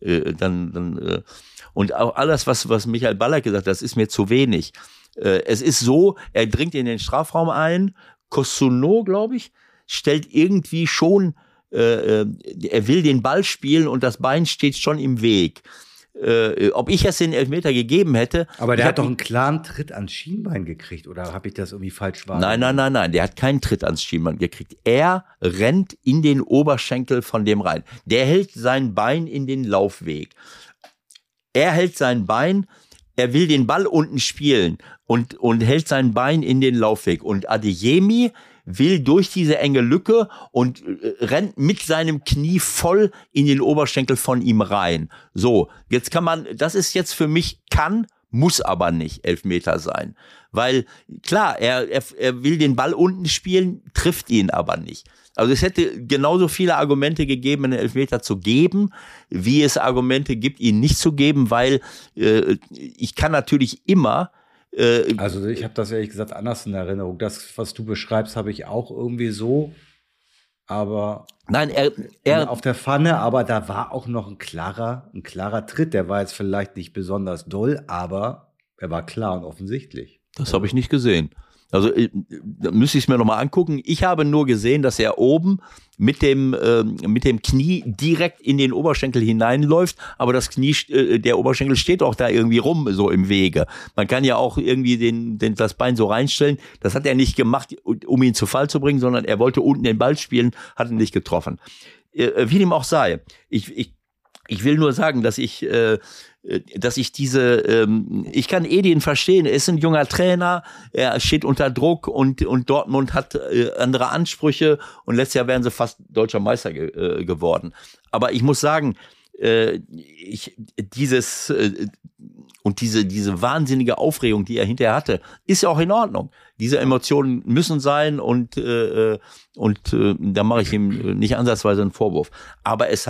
und auch alles, was Michael Ballack gesagt hat, das ist mir zu wenig. Es ist so, er dringt in den Strafraum ein, Kosuno, glaube ich, stellt irgendwie schon, er will den Ball spielen und das Bein steht schon im Weg. Ob ich jetzt den Elfmeter gegeben hätte. Aber der hat doch einen klaren Tritt ans Schienbein gekriegt, oder habe ich das irgendwie falsch wahrgenommen? Nein, der hat keinen Tritt ans Schienbein gekriegt. Er rennt in den Oberschenkel von dem rein. Der hält sein Bein in den Laufweg. Er hält sein Bein, er will den Ball unten spielen und hält sein Bein in den Laufweg. Und Adeyemi will durch diese enge Lücke und rennt mit seinem Knie voll in den Oberschenkel von ihm rein. So, jetzt das ist jetzt für mich, muss aber nicht Elfmeter sein. Weil, klar, er will den Ball unten spielen, trifft ihn aber nicht. Also es hätte genauso viele Argumente gegeben, einen Elfmeter zu geben, wie es Argumente gibt, ihn nicht zu geben, weil ich kann natürlich immer also ich habe das ehrlich gesagt anders in Erinnerung. Das, was du beschreibst, habe ich auch irgendwie so, aber nein, er auf der Pfanne, aber da war auch noch ein klarer Tritt. Der war jetzt vielleicht nicht besonders doll, aber er war klar und offensichtlich. Das habe ich nicht gesehen. Also da müsste ich es mir nochmal angucken. Ich habe nur gesehen, dass er oben mit dem Knie direkt in den Oberschenkel hineinläuft, aber der Oberschenkel steht auch da irgendwie rum, so im Wege. Man kann ja auch irgendwie das Bein so reinstellen. Das hat er nicht gemacht, um ihn zu Fall zu bringen, sondern er wollte unten den Ball spielen, hat ihn nicht getroffen. Wie dem auch sei. Ich will nur sagen, dass ich ich kann Edin verstehen, er ist ein junger Trainer, er steht unter Druck und Dortmund hat andere Ansprüche und letztes Jahr wären sie fast deutscher Meister geworden. Aber ich muss sagen, diese wahnsinnige Aufregung, die er hinterher hatte, ist ja auch in Ordnung. Diese Emotionen müssen sein und da mache ich ihm nicht ansatzweise einen Vorwurf. Aber es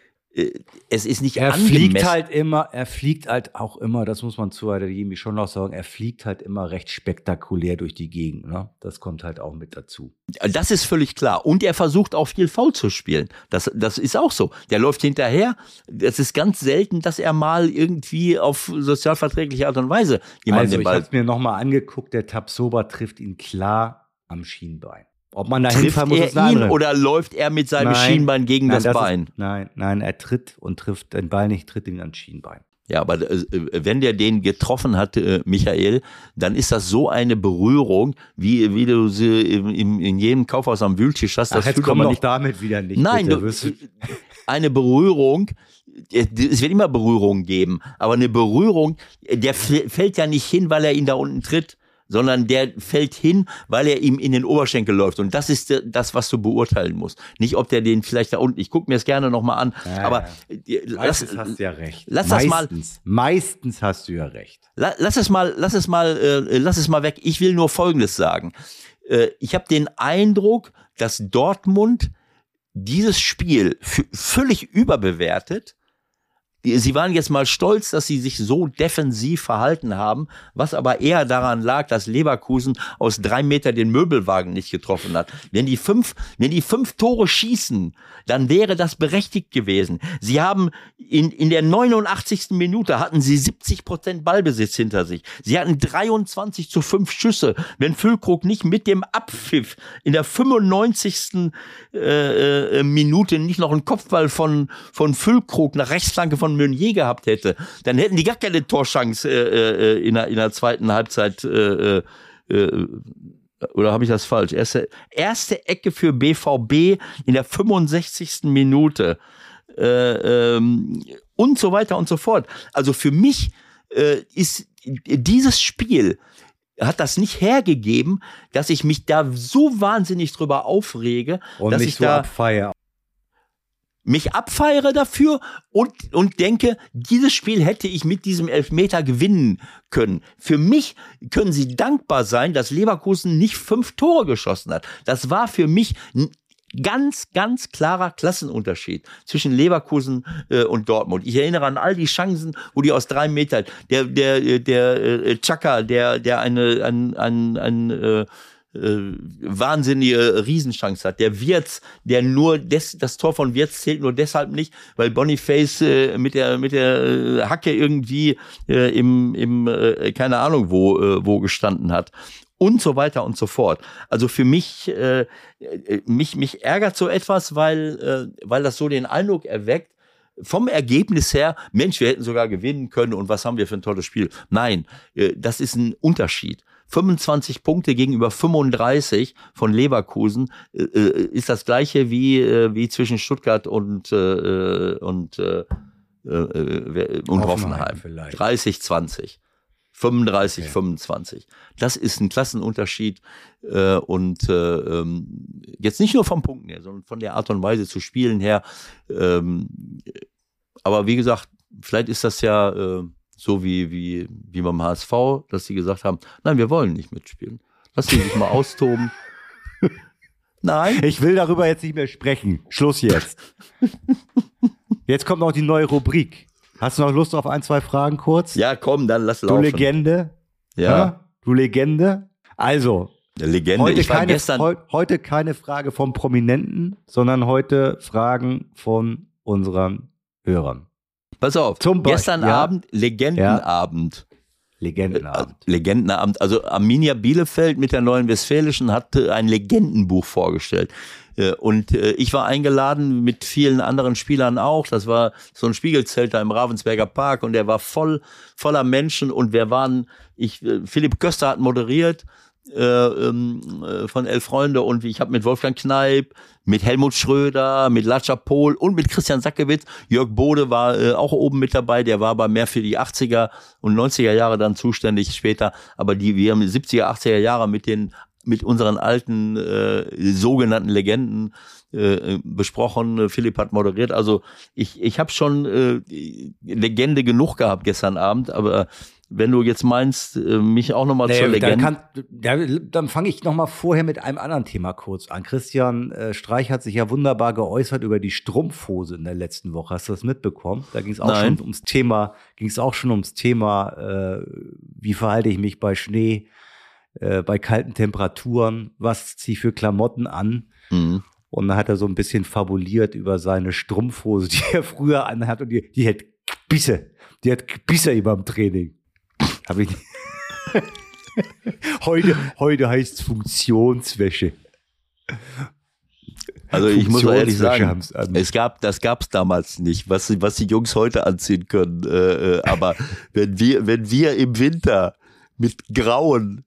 ist nicht angemessen. Er fliegt halt auch immer, das muss man zu Adeyemi schon noch sagen, er fliegt halt immer recht spektakulär durch die Gegend, ne? Das kommt halt auch mit dazu. Das ist völlig klar. Und er versucht auch viel Foul zu spielen. Das ist auch so. Der läuft hinterher. Es ist ganz selten, dass er mal irgendwie auf sozialverträgliche Art und Weise jemanden den Ball... Ich habe mir nochmal angeguckt, der Tapsoba trifft ihn klar am Schienbein. Ob man da hinfahren muss, ist eine andere. Ihn oder läuft er mit seinem Schienbein gegen das Bein? Nein, er tritt und trifft den Ball nicht, tritt ihn ans Schienbein. Ja, aber wenn der den getroffen hat, Michael, dann ist das so eine Berührung, wie du sie in jedem Kaufhaus am Wühltisch hast. Das jetzt kommt doch damit wieder nicht. Nein, eine Berührung, es wird immer Berührungen geben, aber eine Berührung, der fällt ja nicht hin, weil er ihn da unten tritt, sondern der fällt hin, weil er ihm in den Oberschenkel läuft. Und das ist das, was du beurteilen musst. Nicht, ob der den vielleicht da unten, ich gucke mir das gerne nochmal an. Ja, aber meistens hast du ja recht. Meistens hast du ja recht. Lass es mal weg. Ich will nur Folgendes sagen. Ich habe den Eindruck, dass Dortmund dieses Spiel völlig überbewertet. Sie waren jetzt mal stolz, dass sie sich so defensiv verhalten haben, was aber eher daran lag, dass Leverkusen aus 3 Meter den Möbelwagen nicht getroffen hat. Wenn die 5 Tore schießen, dann wäre das berechtigt gewesen. Sie haben in der 89. Minute hatten sie 70% Ballbesitz hinter sich. Sie hatten 23:5 Schüsse. Wenn Füllkrug nicht mit dem Abpfiff in der 95. Minute nicht noch einen Kopfball von Füllkrug nach Rechtsflanke von Meunier gehabt hätte, dann hätten die gar keine Torchance in der zweiten Halbzeit. Oder habe ich das falsch? Erste Ecke für BVB in der 65. Minute und so weiter und so fort. Also für mich ist dieses Spiel hat das nicht hergegeben, dass ich mich da so wahnsinnig drüber aufrege, und dass nicht ich so da abfeiere. mich abfeiere dafür und denke, dieses Spiel hätte ich mit diesem Elfmeter gewinnen können. Für mich können Sie dankbar sein, dass Leverkusen nicht 5 Tore geschossen hat. Das war für mich ein ganz, ganz klarer Klassenunterschied zwischen Leverkusen und Dortmund. Ich erinnere an all die Chancen, wo die aus 3 Metern, der Xhaka, der eine wahnsinnige Riesenchance hat. Der Wirtz, der das Tor von Wirtz zählt nur deshalb nicht, weil Boniface mit der Hacke irgendwie keine Ahnung wo gestanden hat. Und so weiter und so fort. Also für mich ärgert so etwas, weil das so den Eindruck erweckt, vom Ergebnis her, Mensch, wir hätten sogar gewinnen können und was haben wir für ein tolles Spiel. Nein, das ist ein Unterschied. 25 Punkte gegenüber 35 von Leverkusen ist das gleiche wie zwischen Stuttgart und Hoffenheim. 30-20. 35, okay. 25. Das ist ein Klassenunterschied und jetzt nicht nur vom Punkten her, sondern von der Art und Weise zu spielen her. Aber wie gesagt, vielleicht ist das ja so wie beim HSV, dass sie gesagt haben, nein, wir wollen nicht mitspielen. Lass sie sich mal austoben. Nein. Ich will darüber jetzt nicht mehr sprechen. Schluss jetzt. Jetzt kommt noch die neue Rubrik. Hast du noch Lust auf 1, 2 Fragen kurz? Ja, komm, dann lass laufen. Du Legende. Ja. Du Legende. Also. Legende. Heute keine Frage vom Prominenten, sondern heute Fragen von unseren Hörern. Pass auf, gestern Abend, Legendenabend. Legendenabend. Also Arminia Bielefeld mit der Neuen Westfälischen hat ein Legendenbuch vorgestellt. Und ich war eingeladen mit vielen anderen Spielern auch. Das war so ein Spiegelzelt da im Ravensberger Park und der war voller Menschen und Philipp Köster hat moderiert von 11 Freunde und ich habe mit Wolfgang Kneip, mit Helmut Schröder, mit Latscher Pohl und mit Christian Sackewitz, Jörg Bode war auch oben mit dabei, der war aber mehr für die 80er und 90er Jahre dann zuständig später, aber wir haben die 70er, 80er Jahre mit unseren alten sogenannten Legenden besprochen. Philipp hat moderiert, also ich habe schon Legende genug gehabt gestern Abend, aber wenn du jetzt meinst, mich auch nochmal zur Legende. Dann fange ich nochmal vorher mit einem anderen Thema kurz an. Christian Streich hat sich ja wunderbar geäußert über die Strumpfhose in der letzten Woche. Hast du das mitbekommen? Da ging es auch schon ums Thema, wie verhalte ich mich bei Schnee, bei kalten Temperaturen, was ziehe ich für Klamotten an? Mhm. Und dann hat er so ein bisschen fabuliert über seine Strumpfhose, die er früher anhat und die hat Gebisse. Die hat Gebisse beim Training. Hab ich nicht. Heute heißt es Funktionswäsche. Also ich muss ehrlich sagen, das gab's damals nicht, was die Jungs heute anziehen können. Aber wenn wir im Winter mit grauen,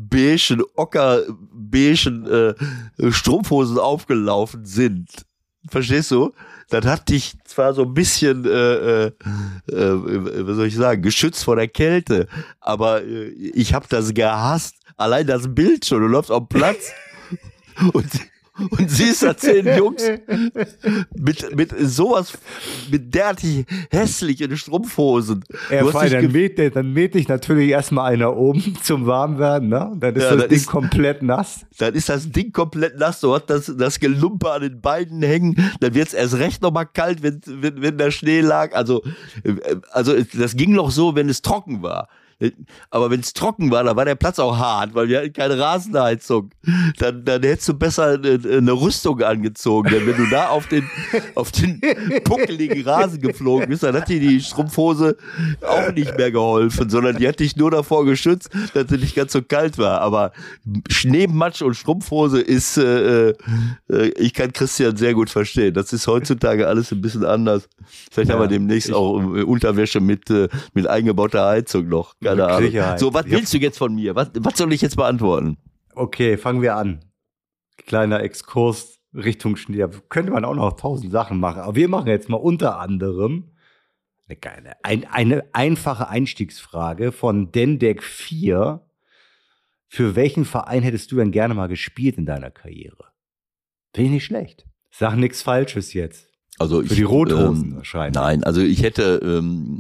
ockerbeigen Strumpfhosen aufgelaufen sind, verstehst du? Dann hat dich zwar so ein bisschen, was soll ich sagen, geschützt vor der Kälte, aber ich habe das gehasst. Allein das Bild schon, du läufst auf den Platz und siehst da 10 Jungs mit sowas, mit derartig hässlichen Strumpfhosen. Dann mäht dich natürlich erstmal einer oben zum Warmwerden, ne? Und dann ist das Ding komplett nass. Dann ist das Ding komplett nass, so hat das Gelumpe an den Beinen hängen, dann wird's erst recht nochmal kalt, wenn der Schnee lag. Also das ging noch so, wenn es trocken war. Aber wenn es trocken war, dann war der Platz auch hart, weil wir hatten keine Rasenheizung. Dann hättest du besser eine Rüstung angezogen, denn wenn du da auf den puckeligen Rasen geflogen bist, dann hat dir die Strumpfhose auch nicht mehr geholfen, sondern die hat dich nur davor geschützt, dass es nicht ganz so kalt war. Aber Schneematsch und Strumpfhose ist, ich kann Christian sehr gut verstehen. Das ist heutzutage alles ein bisschen anders. Vielleicht haben wir demnächst auch Unterwäsche mit eingebauter Heizung noch. Keine Ahnung. Sicherheit. So, was willst du jetzt von mir? Was soll ich jetzt beantworten? Okay, fangen wir an. Kleiner Exkurs Richtung Schnee. Da könnte man auch noch 1000 Sachen machen. Aber wir machen jetzt mal unter anderem eine einfache Einstiegsfrage von Dendek 4. Für welchen Verein hättest du denn gerne mal gespielt in deiner Karriere? Finde ich nicht schlecht. Sag nichts Falsches jetzt. Also für die Rothosen wahrscheinlich. Nein, also ich hätte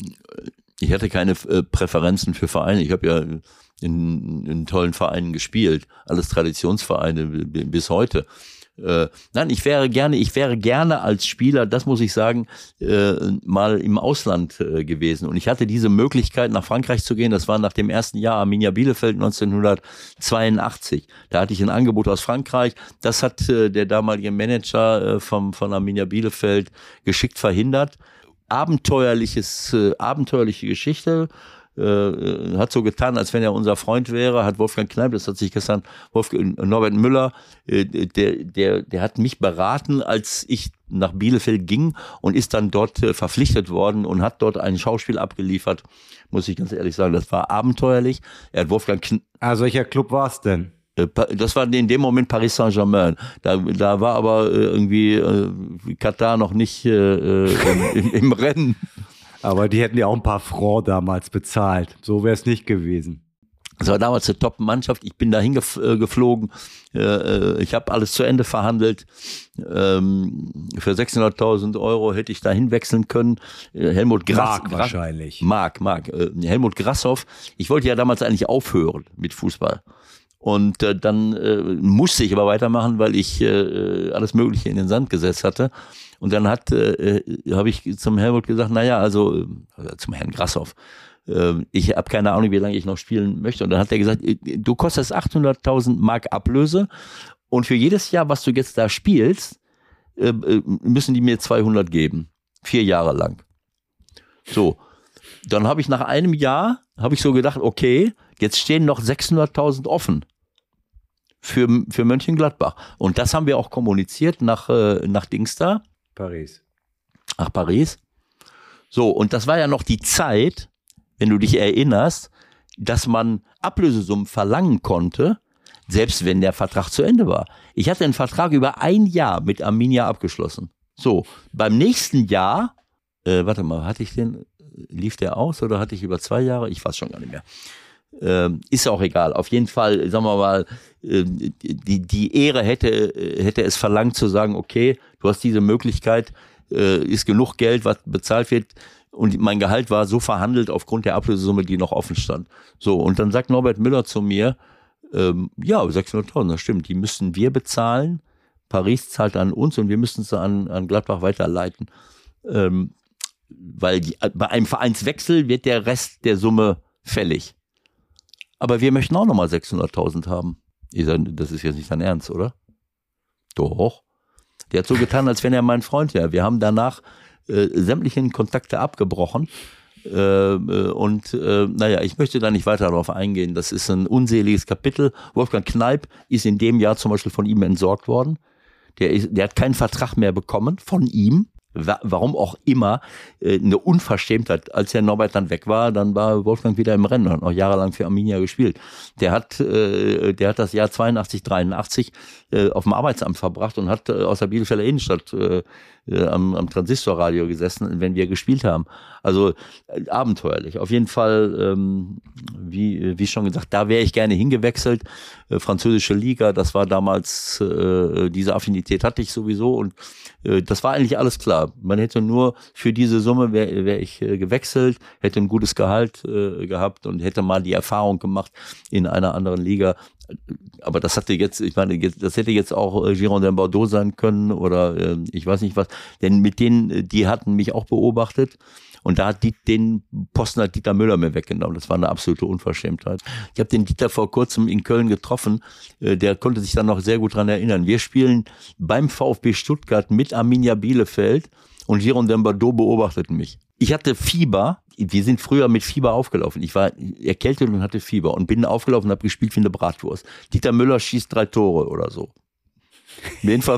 keine Präferenzen für Vereine. Ich habe ja in tollen Vereinen gespielt, alles Traditionsvereine bis heute. Nein, ich wäre gerne als Spieler, das muss ich sagen, mal im Ausland gewesen. Und ich hatte diese Möglichkeit, nach Frankreich zu gehen. Das war nach dem ersten Jahr Arminia Bielefeld 1982. Da hatte ich ein Angebot aus Frankreich. Das hat der damalige Manager von Arminia Bielefeld geschickt verhindert. Abenteuerliche Geschichte. Hat so getan, als wenn er unser Freund wäre, hat Wolfgang Kneip, das hat sich gestern Norbert Müller, der hat mich beraten, als ich nach Bielefeld ging und ist dann dort verpflichtet worden und hat dort ein Schauspiel abgeliefert, muss ich ganz ehrlich sagen, das war abenteuerlich. Er hat Wolfgang welcher Club war es denn? Das war in dem Moment Paris Saint-Germain. Da war aber irgendwie Katar noch nicht im Rennen. Aber die hätten ja auch ein paar Francs damals bezahlt. So wäre es nicht gewesen. Das war damals eine Top-Mannschaft. Ich bin dahin geflogen. Ich habe alles zu Ende verhandelt. Für 600.000 Euro hätte ich dahin wechseln können. Helmut wahrscheinlich. Helmut Grasshoff. Ich wollte ja damals eigentlich aufhören mit Fußball. Und dann musste ich aber weitermachen, weil ich alles Mögliche in den Sand gesetzt hatte. Und dann habe ich zum Helmut gesagt, zum Herrn Grasshoff, ich habe keine Ahnung, wie lange ich noch spielen möchte. Und dann hat er gesagt, du kostest 800.000 Mark Ablöse und für jedes Jahr, was du jetzt da spielst, müssen die mir 200 geben. 4 Jahre lang. So, dann habe ich nach einem Jahr, so gedacht, okay, jetzt stehen noch 600.000 offen. Für Mönchengladbach. Und das haben wir auch kommuniziert nach Dings da. Paris. Ach, Paris. So, und das war ja noch die Zeit, wenn du dich erinnerst, dass man Ablösesummen verlangen konnte, selbst wenn der Vertrag zu Ende war. Ich hatte einen Vertrag über 1 Jahr mit Arminia abgeschlossen. So, beim nächsten Jahr, lief der aus oder hatte ich über 2 Jahre? Ich weiß schon gar nicht mehr. Ist auch egal. Auf jeden Fall, sagen wir mal, die Ehre hätte es verlangt zu sagen, okay, du hast diese Möglichkeit, ist genug Geld, was bezahlt wird und mein Gehalt war so verhandelt aufgrund der Ablösesumme, die noch offen stand. So, und dann sagt Norbert Müller zu mir, 600.000, das stimmt, die müssten wir bezahlen, Paris zahlt an uns und wir müssen sie an Gladbach weiterleiten. Weil bei einem Vereinswechsel wird der Rest der Summe fällig. Aber wir möchten auch nochmal 600.000 haben. Ich sage, das ist jetzt nicht dein Ernst, oder? Doch. Der hat so getan, als wenn er mein Freund wäre. Wir haben danach sämtliche Kontakte abgebrochen. Ich möchte da nicht weiter darauf eingehen. Das ist ein unseliges Kapitel. Wolfgang Kneip ist in dem Jahr zum Beispiel von ihm entsorgt worden. Der hat keinen Vertrag mehr bekommen von ihm. Warum auch immer, eine Unverschämtheit. Als Herr Norbert dann weg war, dann war Wolfgang wieder im Rennen und hat noch jahrelang für Arminia gespielt. Der hat das Jahr 82, 83 auf dem Arbeitsamt verbracht und hat aus der Bielefelder Innenstadt am Transistorradio gesessen, wenn wir gespielt haben. Also abenteuerlich. Auf jeden Fall, wie schon gesagt, da wäre ich gerne hingewechselt. Französische Liga, das war damals, diese Affinität hatte ich sowieso und das war eigentlich alles klar. Man hätte nur für diese Summe wäre ich gewechselt, hätte ein gutes Gehalt gehabt und hätte mal die Erfahrung gemacht in einer anderen Liga. Aber das hätte jetzt auch Girondin Bordeaux sein können oder ich weiß nicht was. Denn mit denen, die hatten mich auch beobachtet. Und da hat den Posten hat Dieter Müller mir weggenommen. Das war eine absolute Unverschämtheit. Ich habe den Dieter vor kurzem in Köln getroffen. Der konnte sich dann noch sehr gut dran erinnern. Wir spielen beim VfB Stuttgart mit Arminia Bielefeld und Girondin Bordeaux beobachteten mich. Ich hatte Fieber. Wir sind früher mit Fieber aufgelaufen. Ich war erkältet und hatte Fieber und bin aufgelaufen und habe gespielt wie eine Bratwurst. Dieter Müller schießt 3 Tore oder so. Jedenfalls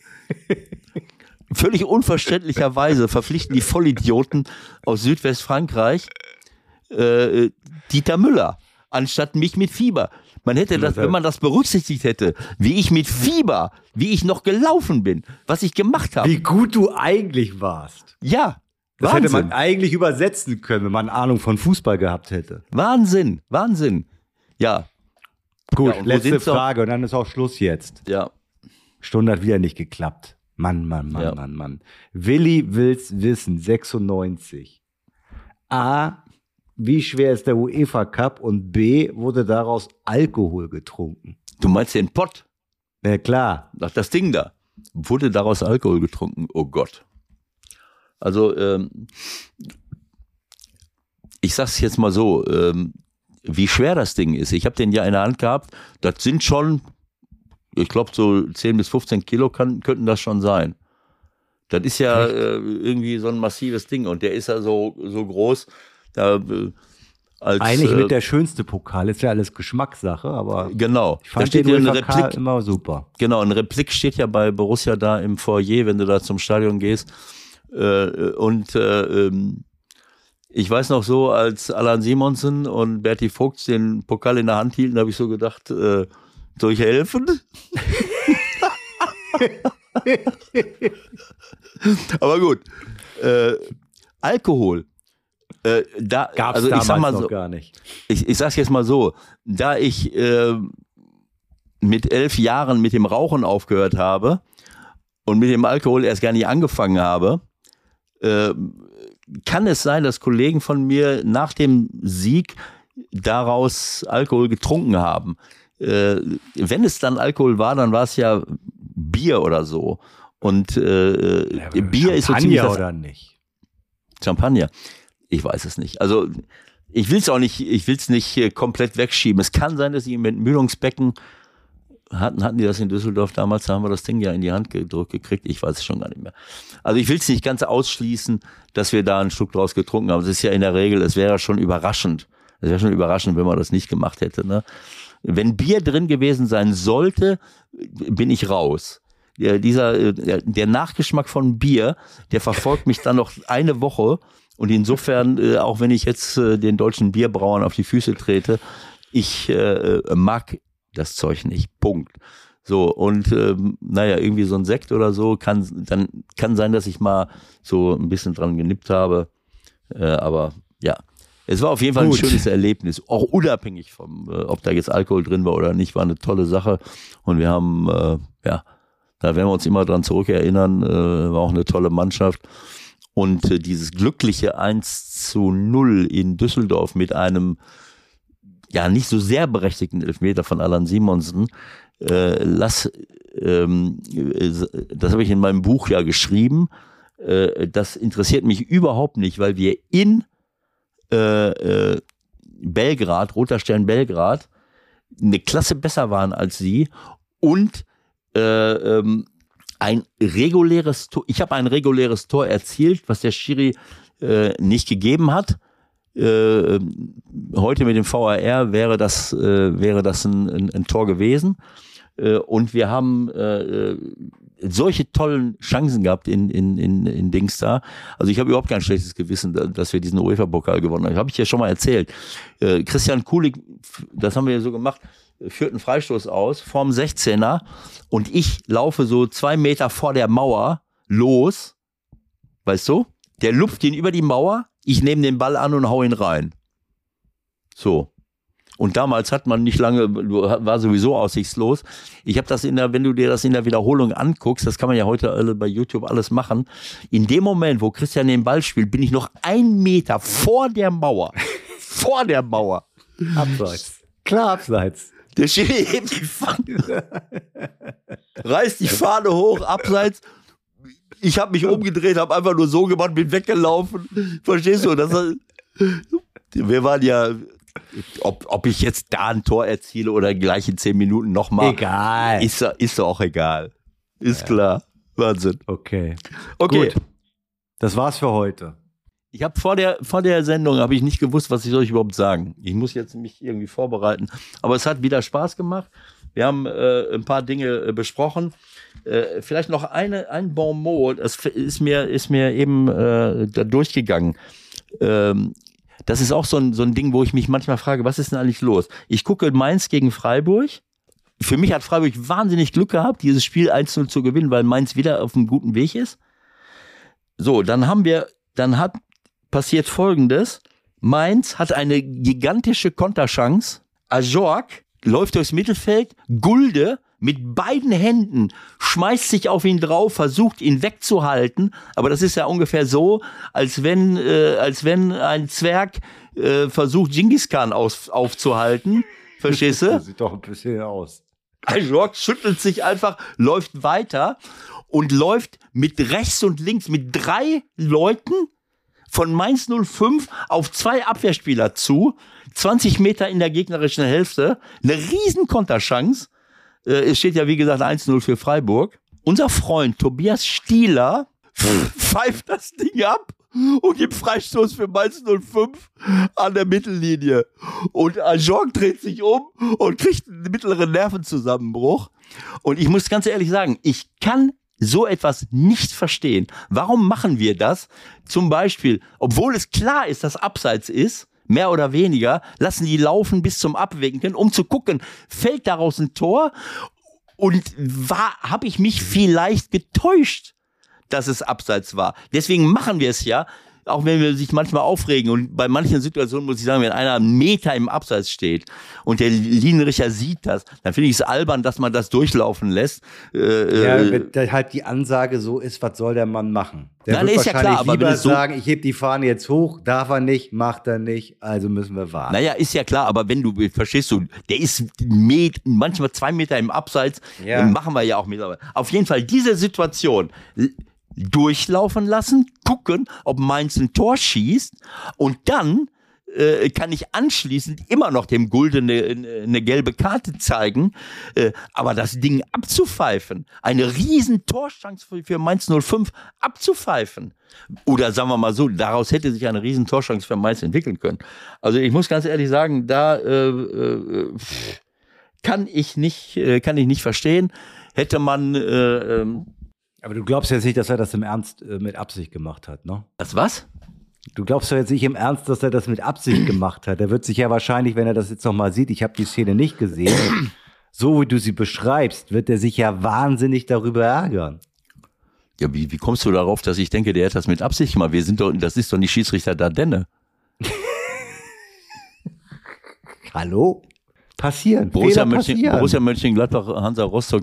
völlig unverständlicherweise verpflichten die Vollidioten aus Südwestfrankreich Dieter Müller, anstatt mich mit Fieber. Man hätte das, wenn man das berücksichtigt hätte, wie ich mit Fieber, wie ich noch gelaufen bin, was ich gemacht habe. Wie gut du eigentlich warst. Ja, das Wahnsinn. Hätte man eigentlich übersetzen können, wenn man Ahnung von Fußball gehabt hätte. Wahnsinn. Ja. Gut, Ja, letzte Frage und dann ist auch Schluss jetzt. Ja. Stunde hat wieder nicht geklappt. Mann. Willi will's wissen, 96. A, wie schwer ist der UEFA Cup? Und B, wurde daraus Alkohol getrunken? Du meinst den Pott? Ja, klar. Ach, das Ding da. Wurde daraus Alkohol getrunken? Oh Gott. Also, ich sag's jetzt mal so, wie schwer das Ding ist. Ich habe den ja in der Hand gehabt. Das sind schon, ich glaube, so 10 bis 15 Kilo könnten das schon sein. Das ist ja irgendwie so ein massives Ding und der ist ja so groß. Da, eigentlich mit der schönste Pokal, ist ja alles Geschmackssache, aber genau. Ich fand den Replik immer super. Genau, ein Replik steht ja bei Borussia da im Foyer, wenn du da zum Stadion gehst. Ich weiß noch so, als Alan Simonsen und Berti Vogts den Pokal in der Hand hielten, habe ich so gedacht, soll ich helfen? Aber gut. Alkohol. Da gab's also damals ich sag mal noch so, gar nicht. Ich sag's jetzt mal so, da ich mit 11 Jahren mit dem Rauchen aufgehört habe und mit dem Alkohol erst gar nicht angefangen habe, kann es sein, dass Kollegen von mir nach dem Sieg daraus Alkohol getrunken haben. Wenn es dann Alkohol war, dann war es ja Bier oder so. Und Bier ist so ziemlich oder nicht? Champagner. Ich weiß es nicht. Also ich will es nicht komplett wegschieben. Es kann sein, dass sie mit Mühlungsbecken hatten die das in Düsseldorf damals, da haben wir das Ding ja in die Hand gedrückt gekriegt. Ich weiß es schon gar nicht mehr. Also ich will es nicht ganz ausschließen, dass wir da einen Schluck draus getrunken haben. Es ist ja in der Regel, es wäre schon überraschend. Es wäre schon überraschend, wenn man das nicht gemacht hätte. Ne? Wenn Bier drin gewesen sein sollte, bin ich raus. Der Nachgeschmack von Bier, der verfolgt mich dann noch eine Woche. Und insofern, auch wenn ich jetzt den deutschen Bierbrauern auf die Füße trete, ich mag das Zeug nicht. Punkt. So, und irgendwie so ein Sekt oder so kann sein, dass ich mal so ein bisschen dran genippt habe. Aber ja, es war auf jeden Fall ein schönes Erlebnis. Auch unabhängig vom, ob da jetzt Alkohol drin war oder nicht, war eine tolle Sache. Und wir haben, da werden wir uns immer dran zurückerinnern, war auch eine tolle Mannschaft. Und dieses glückliche 1:0 in Düsseldorf mit einem ja nicht so sehr berechtigten Elfmeter von Alan Simonsen, das habe ich in meinem Buch ja geschrieben. Das interessiert mich überhaupt nicht, weil wir in Belgrad, Roter Stern Belgrad, eine Klasse besser waren als sie und ein reguläres Tor, ich habe ein reguläres Tor erzielt, was der Schiri nicht gegeben hat. Heute mit dem VAR wäre das ein Tor gewesen. Und wir haben solche tollen Chancen gehabt in Dings da. Also ich habe überhaupt kein schlechtes Gewissen, dass wir diesen UEFA-Pokal gewonnen haben. Habe ich ja schon mal erzählt. Christian Kulig, das haben wir ja so gemacht, führt einen Freistoß aus vorm 16er und ich laufe so 2 Meter vor der Mauer los, weißt du? Der lupft ihn über die Mauer, ich nehme den Ball an und hau ihn rein. So. Und damals hat man nicht lange, war sowieso aussichtslos. Ich habe das wenn du dir das in der Wiederholung anguckst, das kann man ja heute alle bei YouTube alles machen. In dem Moment, wo Christian den Ball spielt, bin ich noch 1 Meter vor der Mauer. Vor der Mauer. Abseits. Klar, abseits. Der Schiri hebt die Fahne, reißt die Fahne hoch, abseits. Ich habe mich umgedreht, habe einfach nur so gemacht, bin weggelaufen. Verstehst du? Wir waren ja, ob ich jetzt da ein Tor erziele oder gleich in 10 Minuten nochmal. Egal. Ist doch auch egal. Ist klar. Wahnsinn. Okay. Gut. Das war's für heute. Ich habe vor der Sendung habe ich nicht gewusst, was ich euch überhaupt sagen. Ich muss jetzt mich irgendwie vorbereiten. Aber es hat wieder Spaß gemacht. Wir haben ein paar Dinge besprochen. Vielleicht noch ein Bon mot. Das ist mir eben da durchgegangen. Das ist auch so ein Ding, wo ich mich manchmal frage, was ist denn eigentlich los? Ich gucke Mainz gegen Freiburg. Für mich hat Freiburg wahnsinnig Glück gehabt, dieses Spiel 1:0 zu gewinnen, weil Mainz wieder auf einem guten Weg ist. So, dann hat passiert Folgendes. Mainz hat eine gigantische Konterchance. Ajorg läuft durchs Mittelfeld, Gulde mit beiden Händen schmeißt sich auf ihn drauf, versucht ihn wegzuhalten, aber das ist ja ungefähr so, als wenn ein Zwerg versucht, Genghis Khan aufzuhalten, verstehst du? Das sieht doch ein bisschen aus. Ajorg schüttelt sich einfach, läuft weiter und läuft mit rechts und links mit 3 Leuten von Mainz 05 auf 2 Abwehrspieler zu, 20 Meter in der gegnerischen Hälfte, eine riesen Konterchance. Es steht ja, wie gesagt, 1-0 für Freiburg. Unser Freund Tobias Stieler pfeift das Ding ab und gibt Freistoß für Mainz 05 an der Mittellinie. Und Ajorg dreht sich um und kriegt einen mittleren Nervenzusammenbruch. Und ich muss ganz ehrlich sagen, ich kann so etwas nicht verstehen. Warum machen wir das? Zum Beispiel, obwohl es klar ist, dass Abseits ist, mehr oder weniger, lassen die laufen bis zum Abwinken, um zu gucken, fällt daraus ein Tor und habe ich mich vielleicht getäuscht, dass es Abseits war. Deswegen machen wir es ja, auch wenn wir sich manchmal aufregen und bei manchen Situationen muss ich sagen, wenn einer einen Meter im Abseits steht und der Linienrichter sieht das, dann finde ich es albern, dass man das durchlaufen lässt. Wenn halt die Ansage so ist, was soll der Mann machen? Der wird ist ja wahrscheinlich klar, aber lieber so sagen, ich heb die Fahne jetzt hoch, darf er nicht, macht er nicht, also müssen wir warten. Naja, ist ja klar, aber wenn du, verstehst du, der ist manchmal 2 Meter im Abseits, machen wir ja auch mittlerweile. Auf jeden Fall diese Situation durchlaufen lassen, gucken, ob Mainz ein Tor schießt und dann kann ich anschließend immer noch dem Gulde eine gelbe Karte zeigen, aber das Ding abzupfeifen, eine riesen Torchance für Mainz 05 abzupfeifen, oder sagen wir mal so, daraus hätte sich eine riesen Torchance für Mainz entwickeln können. Also ich muss ganz ehrlich sagen, da kann ich nicht verstehen, hätte man aber du glaubst jetzt nicht, dass er das im Ernst mit Absicht gemacht hat, ne? Das was? Du glaubst doch jetzt nicht im Ernst, dass er das mit Absicht gemacht hat. Er wird sich ja wahrscheinlich, wenn er das jetzt nochmal sieht, ich habe die Szene nicht gesehen, so wie du sie beschreibst, wird er sich ja wahnsinnig darüber ärgern. Ja, wie kommst du darauf, dass ich denke, der hat das mit Absicht gemacht? Das ist doch nicht Schiedsrichter Dardenne. Hallo? Passieren. Borussia Mönchengladbach, Hansa Rostock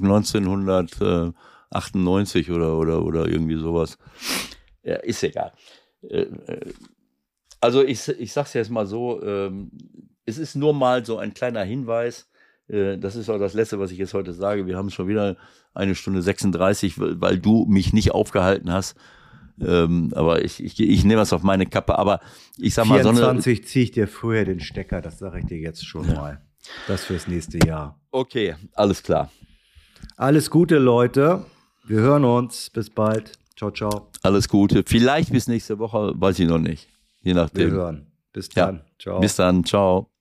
1998 oder irgendwie sowas. Ja, ist egal. Also ich sag's jetzt mal so, es ist nur mal so ein kleiner Hinweis, das ist auch das Letzte, was ich jetzt heute sage, wir haben schon wieder 1:36, weil du mich nicht aufgehalten hast, aber ich nehme das auf meine Kappe, aber ich sag mal 24 ziehe ich dir vorher den Stecker, das sage ich dir jetzt schon mal. Das fürs nächste Jahr. Okay, alles klar. Alles Gute, Leute. Wir hören uns. Bis bald. Ciao, ciao. Alles Gute. Vielleicht bis nächste Woche, weiß ich noch nicht. Je nachdem. Wir hören. Bis dann. Ja. Ciao. Bis dann. Ciao.